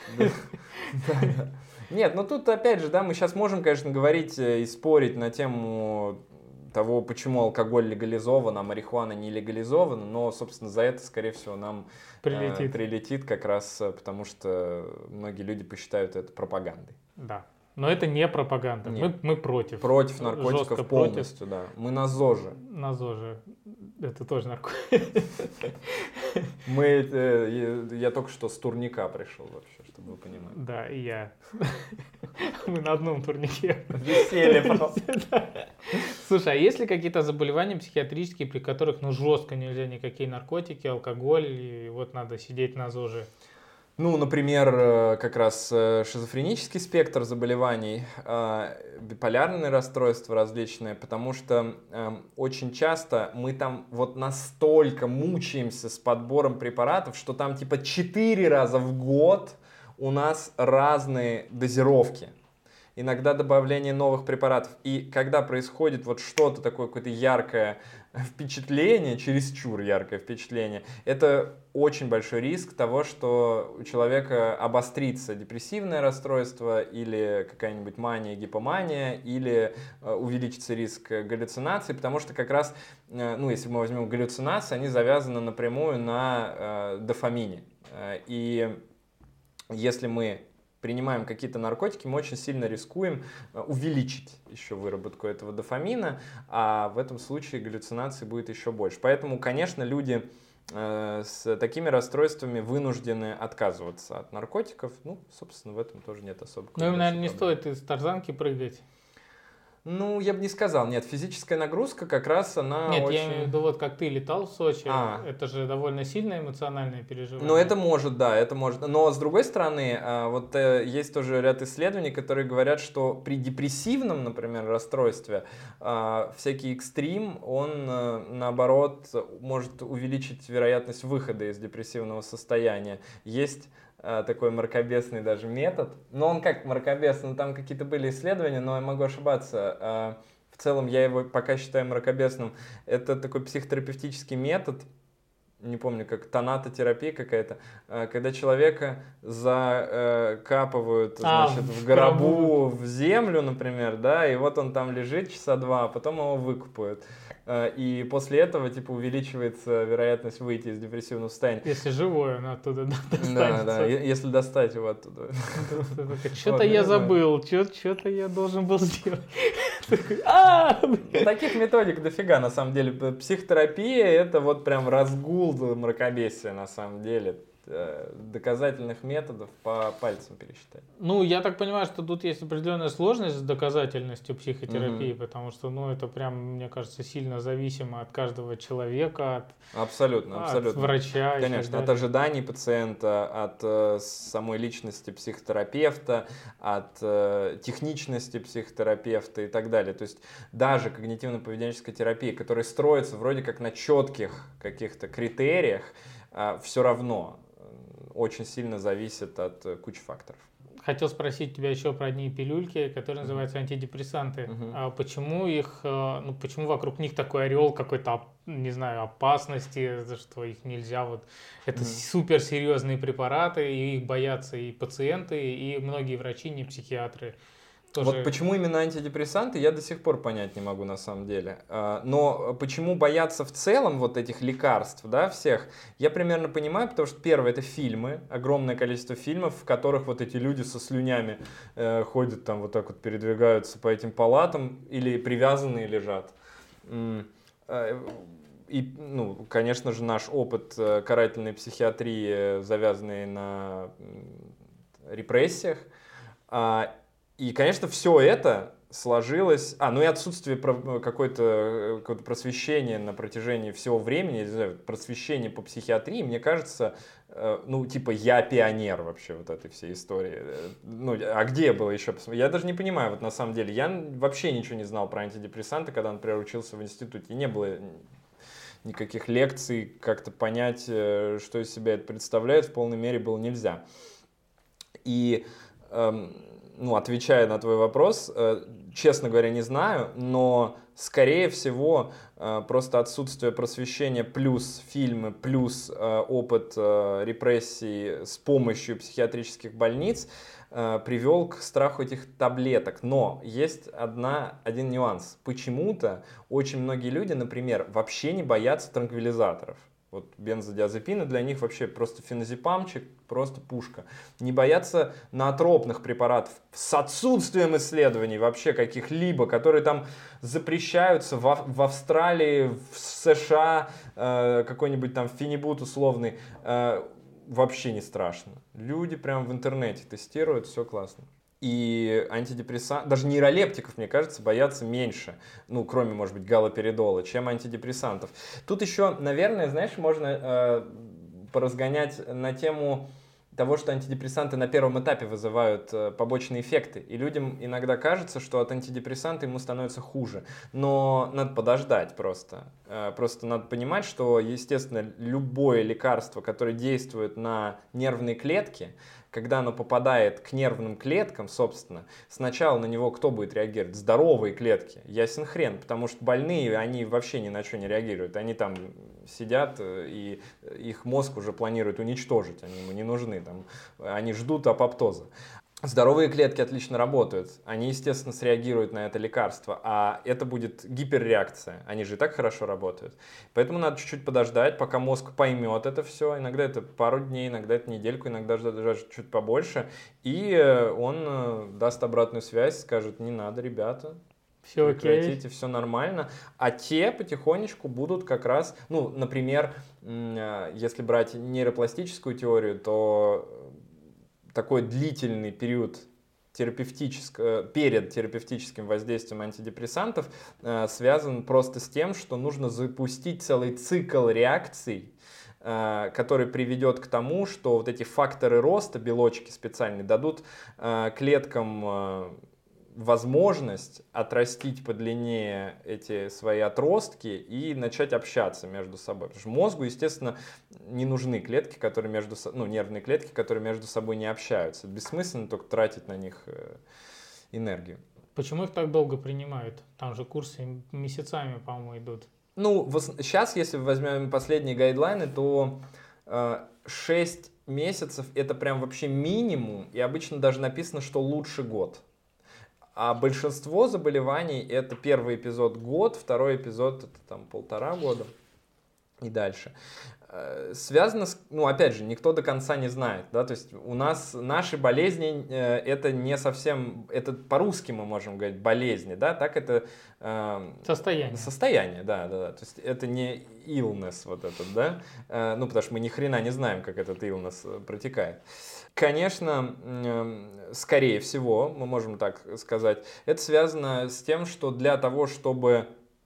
Нет, ну тут опять же, да, мы сейчас можем, конечно, говорить и спорить на тему того, почему алкоголь легализован, а марихуана не легализована, но, собственно, за это, скорее всего, нам прилетит, э, прилетит как раз потому, что многие люди посчитают это пропагандой. Да, но это не пропаганда, мы, мы против. Против наркотиков жестко полностью, против. Да. Мы на ЗОЖе. На ЗОЖе, это тоже наркотики. Мы, э, я, я только что с турника пришел вообще, чтобы вы понимали. Да, и я. Мы на одном турнике. Веселье просто. Слушай, а есть ли какие-то заболевания психиатрические, при которых ну жестко нельзя никакие наркотики, алкоголь, и вот надо сидеть на ЗОЖе? Ну, например, как раз шизофренический спектр заболеваний, биполярные расстройства различные, потому что очень часто мы там вот настолько мучаемся с подбором препаратов, что там типа четыре раза в год у нас разные дозировки. Иногда добавление новых препаратов. И когда происходит вот что-то такое, какое-то яркое впечатление, чересчур яркое впечатление, это очень большой риск того, что у человека обострится депрессивное расстройство или какая-нибудь мания, гипомания, или э, увеличится риск галлюцинаций, потому что как раз, э, ну, если мы возьмем галлюцинации, они завязаны напрямую на э, дофамине. Э, и если мы принимаем какие-то наркотики, мы очень сильно рискуем увеличить еще выработку этого дофамина, а в этом случае галлюцинаций будет еще больше. Поэтому, конечно, люди э, с такими расстройствами вынуждены отказываться от наркотиков. Ну, собственно, в этом тоже нет особо. Ну, им, наверное, не стоит из тарзанки прыгать. Ну, я бы не сказал. Нет, физическая нагрузка как раз она Нет, очень... я имею в виду, вот как ты летал в Сочи, а. это же довольно сильное эмоциональное переживание. Ну, это может, да, это может. Но, с другой стороны, вот есть тоже ряд исследований, которые говорят, что при депрессивном, например, расстройстве всякий экстрим, он, наоборот, может увеличить вероятность выхода из депрессивного состояния. Есть такой мракобесный даже метод. Но он как мракобесный, ну, там какие-то были исследования, но я могу ошибаться. В целом я его пока считаю мракобесным. Это такой психотерапевтический метод, не помню, как тонатотерапия какая-то, когда человека закапывают, а, значит, в гробу, в землю, например, да, и вот он там лежит часа два, а потом его выкупают. И после этого, типа, увеличивается вероятность выйти из депрессивного состояния. Если живой он оттуда достанется. Да, да, если достать его оттуда. Что-то я забыл, что-то я должен был сделать. Таких методик дофига, на самом деле. Психотерапия — это вот прям разгул мракобесия, на самом деле. Доказательных методов по пальцам пересчитать. Ну, я так понимаю, что тут есть определенная сложность с доказательностью психотерапии, mm-hmm. потому что, ну, это прям, мне кажется, сильно зависимо от каждого человека, от, абсолютно, от абсолютно. врача. Конечно, от ожиданий пациента, от э, самой личности психотерапевта, от э, техничности психотерапевта и так далее. То есть даже когнитивно-поведенческая терапия, которая строится вроде как на четких каких-то критериях, э, все равно очень сильно зависит от кучи факторов. Хотел спросить тебя еще про одни пилюльки, которые называются антидепрессанты. Uh-huh. А почему их, ну почему вокруг них такой ореол какой-то, не знаю, опасности, что их нельзя вот. Это uh-huh. суперсерьезные препараты, и их боятся и пациенты, и многие врачи, не психиатры. Тоже... Вот почему именно антидепрессанты, я до сих пор понять не могу на самом деле. Но почему боятся в целом вот этих лекарств, да, всех, я примерно понимаю, потому что первое — это фильмы, огромное количество фильмов, в которых вот эти люди со слюнями э, ходят там вот так вот, передвигаются по этим палатам или привязанные лежат. И, ну, конечно же, наш опыт карательной психиатрии, завязанный на репрессиях. И, конечно, все это сложилось... А, ну и отсутствие какой-то, какое-то просвещения на протяжении всего времени, не знаю, просвещение по психиатрии, мне кажется, ну, типа, я пионер вообще вот этой всей истории. Ну, а где было еще посмотреть? Я даже не понимаю, вот на самом деле. Я вообще ничего не знал про антидепрессанты, когда, например, учился в институте. И не было никаких лекций, как-то понять, что из себя это представляет, в полной мере было нельзя. И... Эм, ну, отвечая на твой вопрос, честно говоря, не знаю, но, скорее всего, просто отсутствие просвещения плюс фильмы, плюс опыт репрессий с помощью психиатрических больниц привел к страху этих таблеток. Но есть одна, один нюанс. Почему-то очень многие люди, например, вообще не боятся транквилизаторов. Вот бензодиазепины для них вообще просто феназепамчик, просто пушка. Не боятся ноотропных препаратов с отсутствием исследований вообще каких-либо, которые там запрещаются в, в Австралии, в США, э, какой-нибудь там фенибут условный. Э, вообще не страшно. Люди прям в интернете тестируют, все классно. И антидепрессанты, даже нейролептиков, мне кажется, боятся меньше, ну, кроме, может быть, галоперидола, чем антидепрессантов. Тут еще, наверное, знаешь, можно э, поразгонять на тему того, что антидепрессанты на первом этапе вызывают э, побочные эффекты. И людям иногда кажется, что от антидепрессанта ему становится хуже. Но надо подождать просто. Э, просто надо понимать, что, естественно, любое лекарство, которое действует на нервные клетки, когда оно попадает к нервным клеткам, собственно, сначала на него кто будет реагировать? Здоровые клетки. Ясен хрен, потому что больные, они вообще ни на что не реагируют. Они там сидят, и их мозг уже планирует уничтожить, они ему не нужны. Там, они ждут апоптоза. Здоровые клетки отлично работают, они, естественно, среагируют на это лекарство, а это будет гиперреакция, они же и так хорошо работают. Поэтому надо чуть-чуть подождать, пока мозг поймет это все, иногда это пару дней, иногда это недельку, иногда даже чуть побольше, и он даст обратную связь, скажет: не надо, ребята, все прекратите, окей. все нормально, а те потихонечку будут как раз, ну, например, если брать нейропластическую теорию, то такой длительный период терапевтического, перед терапевтическим воздействием антидепрессантов э, связан просто с тем, что нужно запустить целый цикл реакций, э, который приведет к тому, что вот эти факторы роста, белочки специальные, дадут э, клеткам э, возможность отрастить подлиннее эти свои отростки и начать общаться между собой. Потому что мозгу, естественно, не нужны клетки, которые между собой, ну, нервные клетки, которые между собой не общаются. Бессмысленно только тратить на них энергию. Почему их так долго принимают? Там же курсы месяцами, по-моему, идут. Ну, сейчас, если возьмем последние гайдлайны, то э, шесть месяцев это прям вообще минимум, и обычно даже написано, что лучше год. А большинство заболеваний это первый эпизод год, второй эпизод это там полтора года и дальше. Связано с, ну опять же, никто до конца не знает, да, то есть у нас наши болезни это не совсем, это по-русски мы можем говорить болезни, да, так это э, состояние. Состояние, да, да, да, то есть это не illness вот этот, да, э, ну потому что мы ни хрена не знаем, как этот illness протекает. Конечно, скорее всего, мы можем так сказать, это связано с тем, что для того, чтобы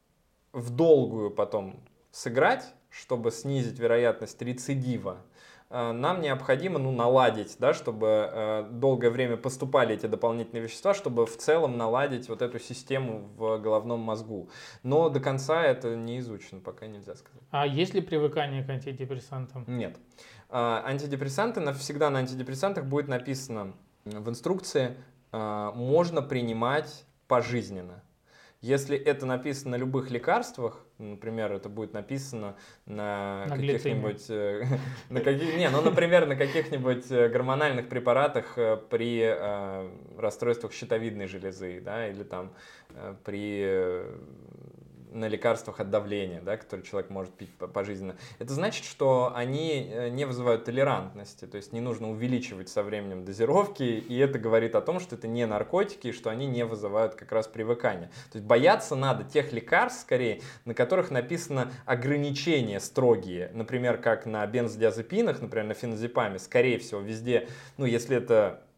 в долгую потом сыграть, чтобы снизить вероятность рецидива, нам необходимо, ну, наладить, да, чтобы долгое время поступали эти дополнительные вещества, чтобы в целом наладить вот эту систему в головном мозгу. Но до конца это не изучено, пока нельзя сказать. А есть ли привыкание к антидепрессантам? Нет. Антидепрессанты, всегда на антидепрессантах будет написано в инструкции, можно принимать пожизненно. Если это написано на любых лекарствах, например, это будет написано на, на каких-нибудь, на каких, не, ну, например, на каких-нибудь гормональных препаратах при э, расстройствах щитовидной железы, да, или там э, при э, на лекарствах от давления, да, которые человек может пить пожизненно. Это значит, что они не вызывают толерантности, то есть не нужно увеличивать со временем дозировки, и это говорит о том, что это не наркотики, и что они не вызывают как раз привыкания. То есть бояться надо тех лекарств, скорее, на которых написано ограничения строгие, например, как на бензодиазепинах, например, на феназепаме, скорее всего, везде, ну, если это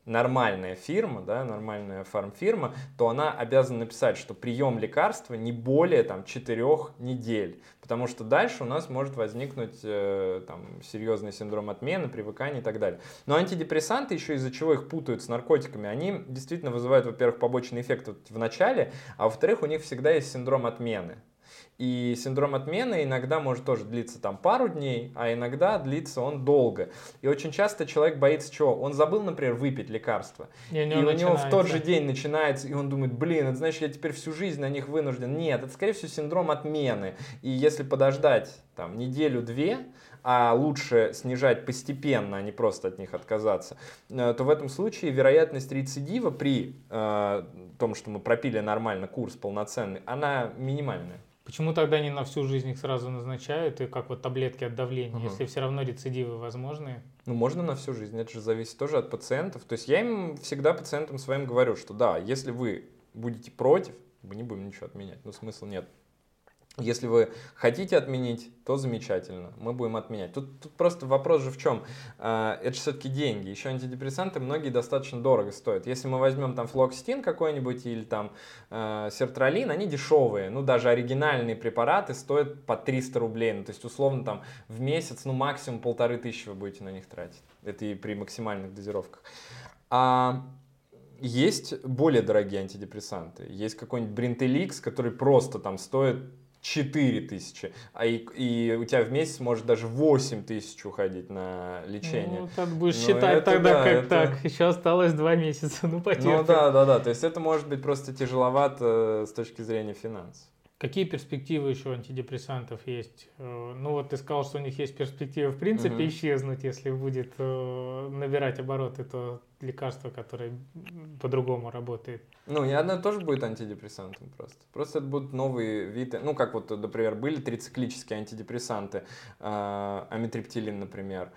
нормальная фирма, да, нормальная фармфирма, то она обязана написать, что прием лекарства не более там, четырех недель. Потому что дальше у нас может возникнуть э, там, серьезный синдром отмены, привыкания и так далее. Но антидепрессанты, еще из-за чего их путают с наркотиками, они действительно вызывают, во-первых, побочный эффект вот в начале, а во-вторых, у них всегда есть синдром отмены. И синдром отмены иногда может тоже длиться там пару дней, а иногда длится он долго. И очень часто человек боится чего? Он забыл, например, выпить лекарства. И, и у него в тот же день начинается, и он думает, блин, это значит, я теперь всю жизнь на них вынужден. Нет, это, скорее всего, синдром отмены. И если подождать там неделю-две, а лучше снижать постепенно, а не просто от них отказаться, то в этом случае вероятность рецидива при э, том, что мы пропили нормально курс полноценный, она минимальная. Почему тогда не на всю жизнь их сразу назначают, и как вот таблетки от давления, угу. если все равно рецидивы возможны? Ну, можно на всю жизнь, это же зависит тоже от пациентов. То есть я им всегда пациентам своим говорю, что да, если вы будете против, мы не будем ничего отменять, но смысла нет. Если вы хотите отменить, то замечательно, мы будем отменять. Тут, тут просто вопрос же в чем? Это же все-таки деньги. Еще антидепрессанты многие достаточно дорого стоят. Если мы возьмем там флоксетин какой-нибудь или там э, сертралин, они дешевые. Ну, даже оригинальные препараты стоят по триста рублей. Ну, то есть, условно, там в месяц, ну, максимум полторы тысячи вы будете на них тратить. Это и при максимальных дозировках. А есть более дорогие антидепрессанты. Есть какой-нибудь Бринтеликс, который просто там стоит четыре тысячи, а и, и у тебя в месяц может даже восемь тысяч уходить на лечение. Ну, так будешь ну, считать это, тогда, да, как это... так. Еще осталось два месяца, ну потерпи. Ну да, да, да, то есть это может быть просто тяжеловато с точки зрения финансов. Какие перспективы еще у антидепрессантов есть? Ну вот ты сказал, что у них есть перспектива в принципе угу. исчезнуть, если будет набирать обороты то лекарство, которое по-другому работает. Ну, и оно тоже будет антидепрессантом просто. Просто это будут новые виды. Ну, как вот, например, были трициклические антидепрессанты, амитриптилин, например.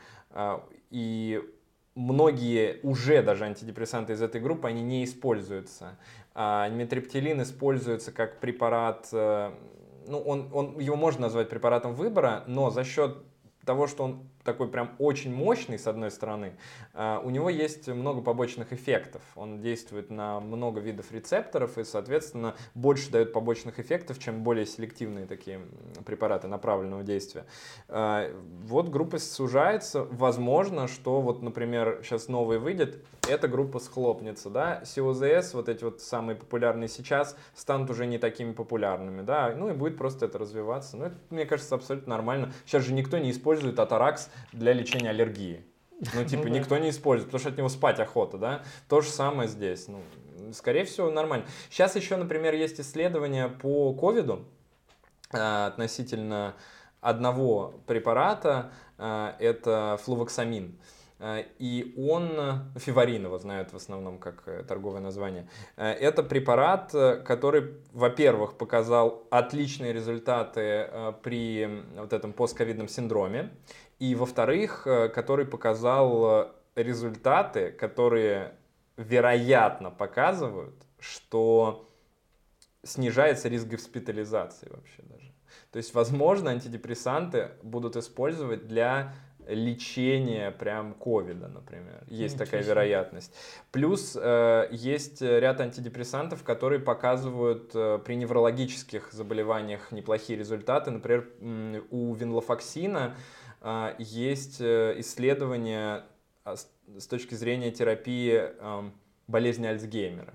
И многие уже даже антидепрессанты из этой группы, они не используются. Амитриптилин используется как препарат, ну, он, он, его можно назвать препаратом выбора, но за счет того, что он такой прям очень мощный, с одной стороны, у него есть много побочных эффектов. Он действует на много видов рецепторов и, соответственно, больше дает побочных эффектов, чем более селективные такие препараты направленного действия. Вот группа сужается. Возможно, что вот, например, сейчас новый выйдет, эта группа схлопнется, да, си о зэ эс, вот эти вот самые популярные сейчас, станут уже не такими популярными, да, ну и будет просто это развиваться. Ну, это, мне кажется, абсолютно нормально. Сейчас же никто не использует Атаракс для лечения аллергии. Ну, типа, ну, да. никто не использует, потому что от него спать охота, да? То же самое здесь. Ну, скорее всего, нормально. Сейчас еще, например, есть исследования по ковиду э, относительно одного препарата, э, это флувоксамин. И он, фиварин его знают в основном как торговое название, это препарат, который, во-первых, показал отличные результаты при вот этом постковидном синдроме, и, во-вторых, который показал результаты, которые, вероятно, показывают, что снижается риск госпитализации вообще даже. То есть, возможно, антидепрессанты будут использовать для лечения прям ковида, например. Есть Ничего такая себе. вероятность. Плюс э, есть ряд антидепрессантов, которые показывают э, при неврологических заболеваниях неплохие результаты. Например, э, у венлофоксина э, есть исследования с, с точки зрения терапии э, болезни Альцгеймера.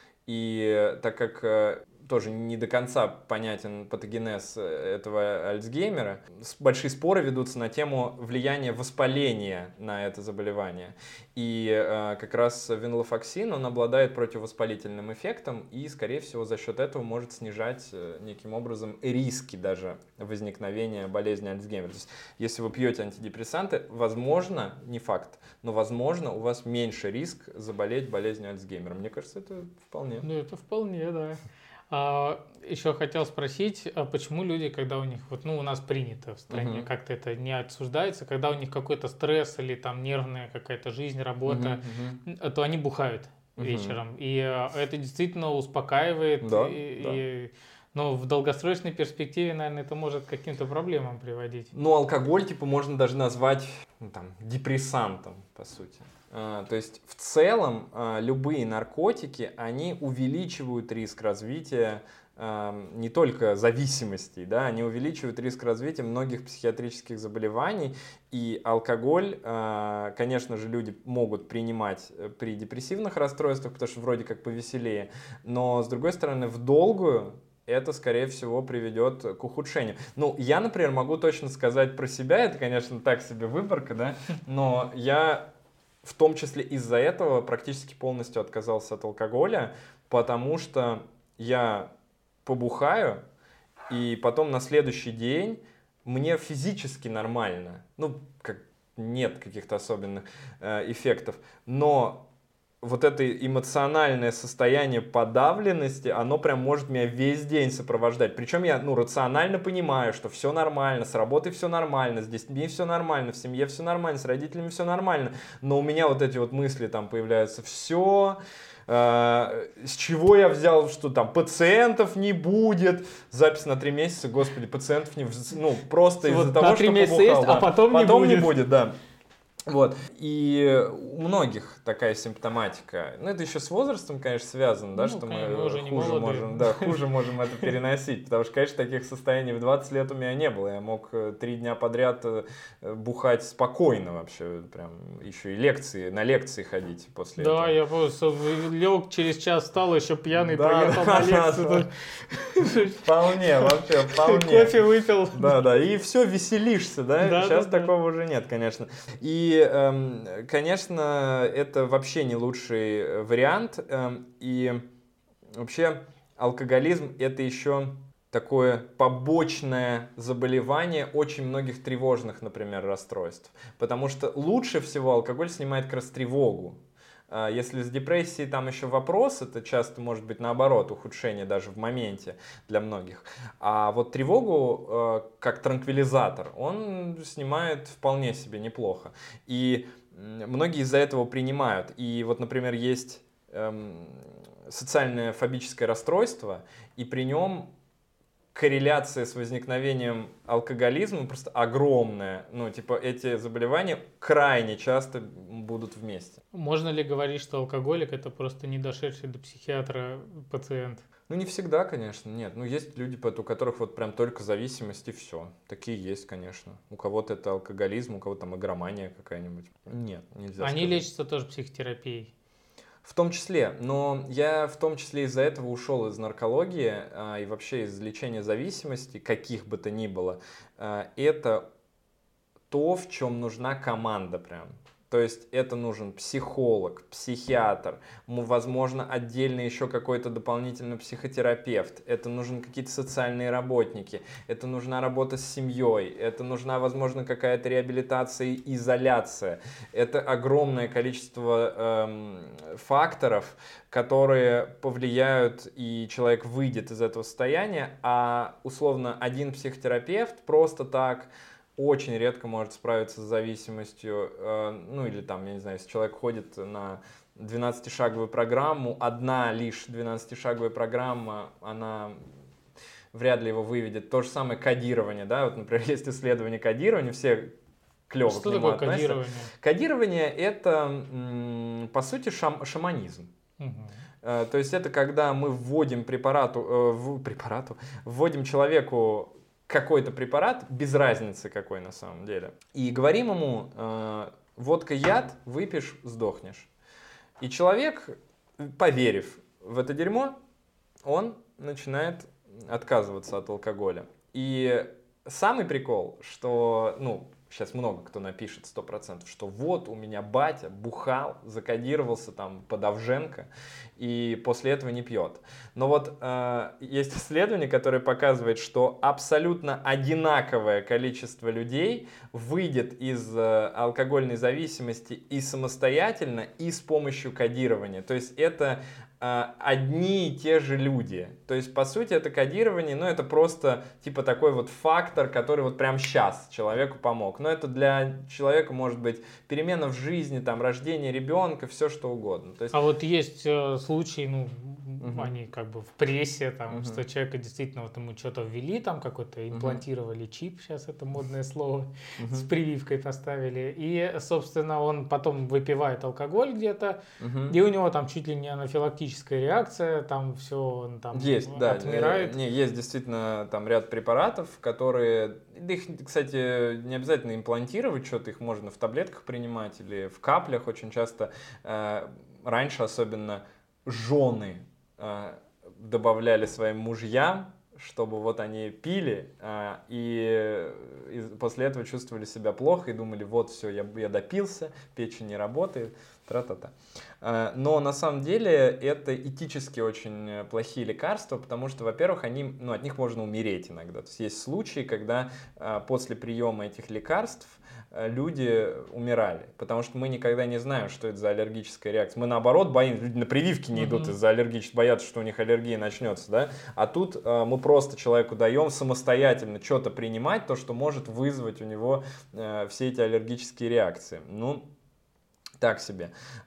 И так как э, тоже не до конца понятен патогенез этого Альцгеймера, большие споры ведутся на тему влияния воспаления на это заболевание. И э, как раз венлофоксин, он обладает противовоспалительным эффектом и, скорее всего, за счет этого может снижать э, неким образом риски даже возникновения болезни Альцгеймера. То есть, если вы пьете антидепрессанты, возможно, не факт, но возможно, у вас меньше риск заболеть болезнью Альцгеймера. Мне кажется, это вполне. Ну, это вполне, да. А, еще хотел спросить, а почему люди, когда у них, вот, ну, у нас принято в стране, uh-huh. как-то это не обсуждается, когда у них какой-то стресс или там нервная какая-то жизнь, работа, uh-huh, uh-huh. то они бухают uh-huh. вечером. И а, это действительно успокаивает. Да, и, да. И, Но в долгосрочной перспективе, наверное, это может к каким-то проблемам приводить. Ну, алкоголь, типа, можно даже назвать, ну, там, депрессантом, по сути. А, то есть, в целом, а, любые наркотики, они увеличивают риск развития а, не только зависимостей, да, они увеличивают риск развития многих психиатрических заболеваний. И алкоголь, а, конечно же, люди могут принимать при депрессивных расстройствах, потому что вроде как повеселее. Но, с другой стороны, в долгую это, скорее всего, приведет к ухудшению. Ну, я, например, могу точно сказать про себя, это, конечно, так себе выборка, да, но я в том числе из-за этого практически полностью отказался от алкоголя, потому что я побухаю, и потом на следующий день мне физически нормально, ну, как нет каких-то особенных э, эффектов, но вот это эмоциональное состояние подавленности, оно прям может меня весь день сопровождать. Причем я, ну, рационально понимаю, что все нормально, с работой все нормально, с детьми все нормально, в семье все нормально, с родителями все нормально. Но у меня вот эти вот мысли там появляются: все, э, с чего я взял, что там пациентов не будет, запись на три месяца, господи, пациентов не, ну, просто вот из-за того, что побухал. Есть, да. А потом, потом не будет. не будет, да. Вот. И у многих такая симптоматика. Ну, это еще с возрастом, конечно, связано, да, ну, что конечно, мы, мы уже хуже, можем, да, хуже можем это переносить. Потому что, конечно, таких состояний в двадцать лет у меня не было. Я мог три дня подряд бухать спокойно вообще. Прям еще и лекции, на лекции ходить после да, этого. Да, я просто лег, через час встал, еще пьяный, да, поехал да, на лекцию. Вполне, вообще, вполне. Кофе выпил. Да, да, и все, веселишься, да? да Сейчас да, такого да. уже нет, конечно. И, эм, конечно, это вообще не лучший вариант. Эм, и вообще алкоголизм — это еще такое побочное заболевание очень многих тревожных, например, расстройств. Потому что лучше всего алкоголь снимает как раз тревогу. Если с депрессией там еще вопрос, это часто может быть наоборот, ухудшение даже в моменте для многих. А вот тревогу как транквилизатор он снимает вполне себе неплохо. И многие из-за этого принимают. И вот, например, есть эм, социальное фобическое расстройство, и при нем корреляция с возникновением алкоголизма просто огромная. Ну, типа, эти заболевания крайне часто будут вместе. Можно ли говорить, что алкоголик — это просто не дошедший до психиатра пациент? Ну, не всегда, конечно, нет. Ну, есть люди, у которых вот прям только зависимость и все. Такие есть, конечно. У кого-то это алкоголизм, у кого-то там игромания какая-нибудь. Нет, нельзя Они сказать. лечатся тоже психотерапией? В том числе, но я в том числе из-за этого ушел из наркологии а, и вообще из лечения зависимости, каких бы то ни было. А, это то, в чем нужна команда прям. То есть это нужен психолог, психиатр, возможно, отдельно еще какой-то дополнительный психотерапевт, это нужны какие-то социальные работники, это нужна работа с семьей, это нужна, возможно, какая-то реабилитация и изоляция. Это огромное количество эм, факторов, которые повлияют, и человек выйдет из этого состояния, а условно один психотерапевт просто так очень редко может справиться с зависимостью, ну или там, я не знаю, если человек ходит на двенадцатишаговую программу, одна лишь двенадцатишаговая программа, она вряд ли его выведет. То же самое кодирование, да, вот, например, есть исследование кодирования, все клево Что к нему такое относятся. кодирование? Кодирование — это, по сути, шам- шаманизм. Угу. То есть это когда мы вводим препарату, в препарату, вводим человеку какой-то препарат, без разницы какой на самом деле, и говорим ему: э, водка яд, выпьешь, сдохнешь. И человек, поверив в это дерьмо, он начинает отказываться от алкоголя. И самый прикол, что, ну, сейчас много кто напишет сто процентов, что вот у меня батя бухал, закодировался там под Авженко и после этого не пьет. Но вот э, есть исследование, которое показывает, что абсолютно одинаковое количество людей выйдет из э, алкогольной зависимости и самостоятельно, и с помощью кодирования. То есть это одни и те же люди. То есть, по сути, это кодирование, ну, это просто, типа, такой вот фактор, который вот прямо сейчас человеку помог. Но это для человека может быть перемена в жизни, там, рождение ребенка, все что угодно. То есть... А вот есть э, случаи, ну, угу. они как бы в прессе, там, угу. что человека действительно вот ему что-то ввели, там какой-то имплантировали угу. чип, сейчас это модное слово, угу. с прививкой поставили. И, собственно, он потом выпивает алкоголь где-то, угу. и у него там чуть ли не анафилактическая реакция, там все он там есть, отмирает. Да, не, есть действительно там ряд препаратов, которые, их, кстати, не обязательно имплантировать что-то, их можно в таблетках принимать или в каплях очень часто. Э, раньше особенно жены э, добавляли своим мужьям, чтобы вот они пили э, и, и после этого чувствовали себя плохо и думали, вот все, я, я допился, печень не работает, тра-та-та. Э, но на самом деле это этически очень плохие лекарства, потому что, во-первых, они, ну, от них можно умереть иногда. То есть есть случаи, когда э, после приема этих лекарств люди умирали, потому что мы никогда не знаем, что это за аллергическая реакция. Мы наоборот боимся, люди на прививки не идут mm-hmm. из-за аллергической, боятся, что у них аллергия начнется, да? А тут э, мы просто человеку даем самостоятельно что-то принимать, то, что может вызвать у него э, все эти аллергические реакции. Ну, так себе.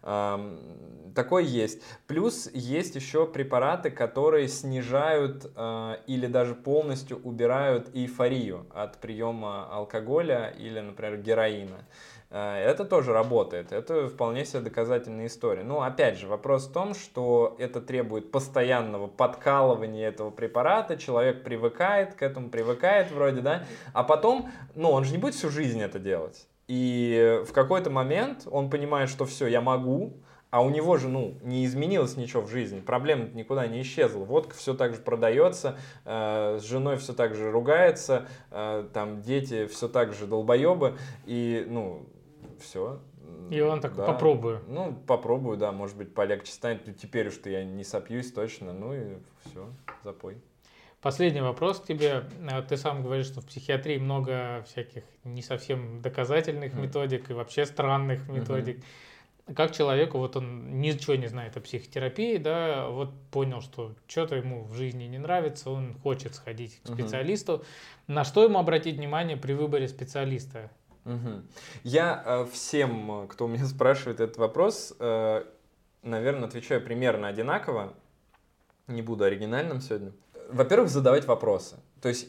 Такое есть. Плюс есть еще препараты, которые снижают э, или даже полностью убирают эйфорию от приема алкоголя или, например, героина. Э, это тоже работает. Это вполне себе доказательная история. Но опять же, вопрос в том, что это требует постоянного подкалывания этого препарата. Человек привыкает к этому, привыкает вроде, да, а потом, ну, он же не будет всю жизнь это делать. И в какой-то момент он понимает, что все, я могу, а у него же, ну, не изменилось ничего в жизни, проблема никуда не исчезла. Водка все так же продается, э, с женой все так же ругается, э, там дети все так же долбоебы, и, ну, все. И он такой, да. попробую. Ну, попробую, да, может быть, полегче станет. Теперь уж я не сопьюсь точно, ну и все, запой. Последний вопрос к тебе. Ты сам говоришь, что в психиатрии много всяких не совсем доказательных mm. методик и вообще странных методик. Mm-hmm. Как человеку, вот он ничего не знает о психотерапии, да, вот понял, что что-то ему в жизни не нравится, он хочет сходить к специалисту. Mm-hmm. На что ему обратить внимание при выборе специалиста? Mm-hmm. Я э, всем, кто у меня спрашивает этот вопрос, э, наверное, отвечаю примерно одинаково. Не буду оригинальным сегодня. Во-первых, задавать вопросы. То есть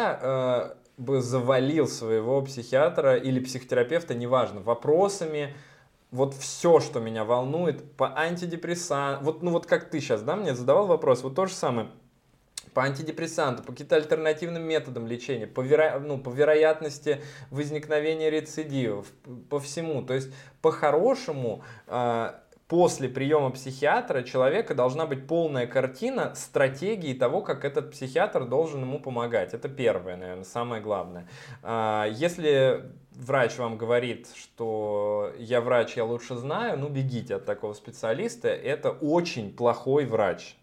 я э, бы завалил своего психиатра или психотерапевта, неважно, вопросами. Вот все, что меня волнует, по антидепрессантам. Вот, ну вот как ты сейчас, да, мне задавал вопрос. Вот то же самое. По антидепрессанту, по каким-то альтернативным методам лечения, по, веро... ну, по вероятности возникновения рецидивов, по всему. То есть по-хорошему... Э, После приема психиатра человека должна быть полная картина стратегии того, как этот психиатр должен ему помогать. Это первое, наверное, самое главное. Если врач вам говорит, что я врач, я лучше знаю, ну бегите от такого специалиста. Это очень плохой врач.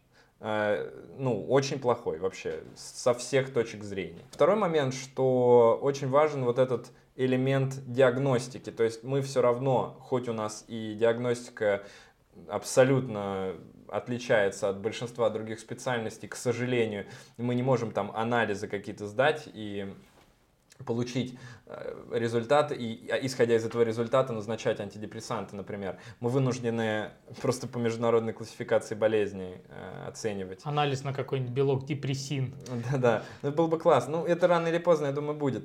Ну, очень плохой вообще, со всех точек зрения. Второй момент, что очень важен вот этот элемент диагностики. То есть мы все равно, хоть у нас и диагностика абсолютно отличается от большинства других специальностей, к сожалению, мы не можем там анализы какие-то сдать и получить результат, и исходя из этого результата назначать антидепрессанты, например. Мы вынуждены просто по международной классификации болезней э, оценивать. Анализ на какой-нибудь белок депрессин. Да-да, ну это было бы классно. Ну это рано или поздно, я думаю, будет.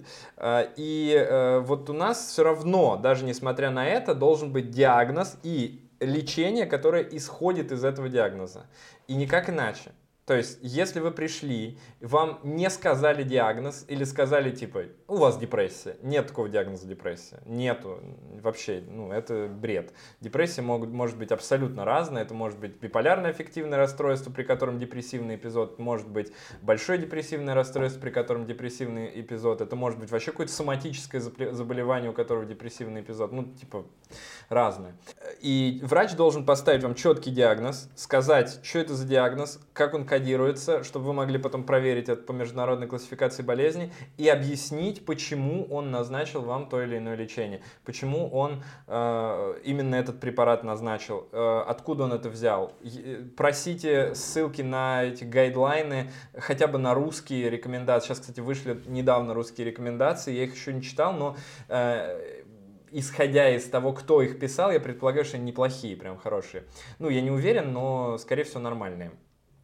И э, вот у нас все равно, даже несмотря на это, должен быть диагноз и лечение, которое исходит из этого диагноза. И никак иначе. То есть, если вы пришли, вам не сказали диагноз или сказали, типа, у вас депрессия. Нет такого диагноза депрессия. Нету. Вообще, ну, это бред. Депрессия могут, может быть абсолютно разная. Это может быть биполярное аффективное расстройство, при котором депрессивный эпизод. Может быть большое депрессивное расстройство, при котором депрессивный эпизод. Это может быть вообще какое-то соматическое заболевание, у которого депрессивный эпизод. Ну, типа, разное. И врач должен поставить вам четкий диагноз, сказать, что это за диагноз, как он кодируется, чтобы вы могли потом проверить это по международной классификации болезней и объяснить, почему он назначил вам то или иное лечение, почему он э, именно этот препарат назначил, э, откуда он это взял. Просите ссылки на эти гайдлайны, хотя бы на русские рекомендации. Сейчас, кстати, вышли недавно русские рекомендации, я их еще не читал, но э, исходя из того, кто их писал, я предполагаю, что они неплохие, прям хорошие. Ну, я не уверен, но, скорее всего, нормальные.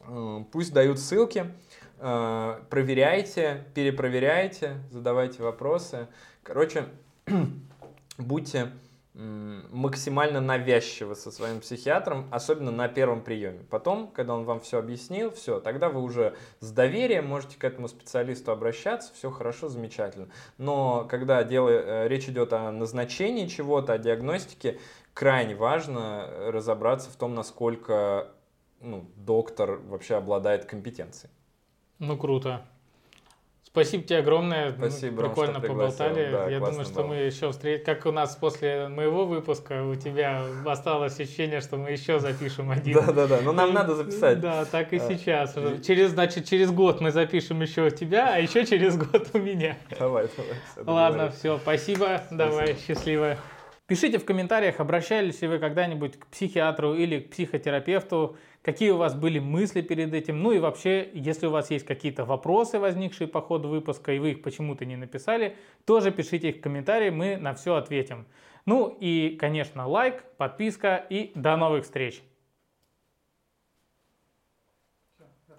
Пусть дают ссылки, проверяйте, перепроверяйте, задавайте вопросы. Короче, будьте максимально навязчивы со своим психиатром, особенно на первом приеме. Потом, когда он вам все объяснил, все, тогда вы уже с доверием можете к этому специалисту обращаться, все хорошо, замечательно. Но когда дело, речь идет о назначении чего-то, о диагностике, крайне важно разобраться в том, насколько ну, доктор вообще обладает компетенцией. Ну, круто. Спасибо тебе огромное. Спасибо, прикольно что поболтали. Да, Я думаю, что было. мы еще встретимся. Как у нас после моего выпуска, у тебя осталось ощущение, что мы еще запишем один. Да-да-да, но нам надо записать. Да, так и сейчас. Через, значит, через год мы запишем еще у тебя, а еще через год у меня. Давай, давай. Ладно, все, спасибо. Давай, счастливо. Пишите в комментариях, обращались ли вы когда-нибудь к психиатру или к психотерапевту, какие у вас были мысли перед этим. Ну и вообще, если у вас есть какие-то вопросы, возникшие по ходу выпуска, и вы их почему-то не написали, тоже пишите их в комментарии, мы на все ответим. Ну и, конечно, лайк, подписка и до новых встреч!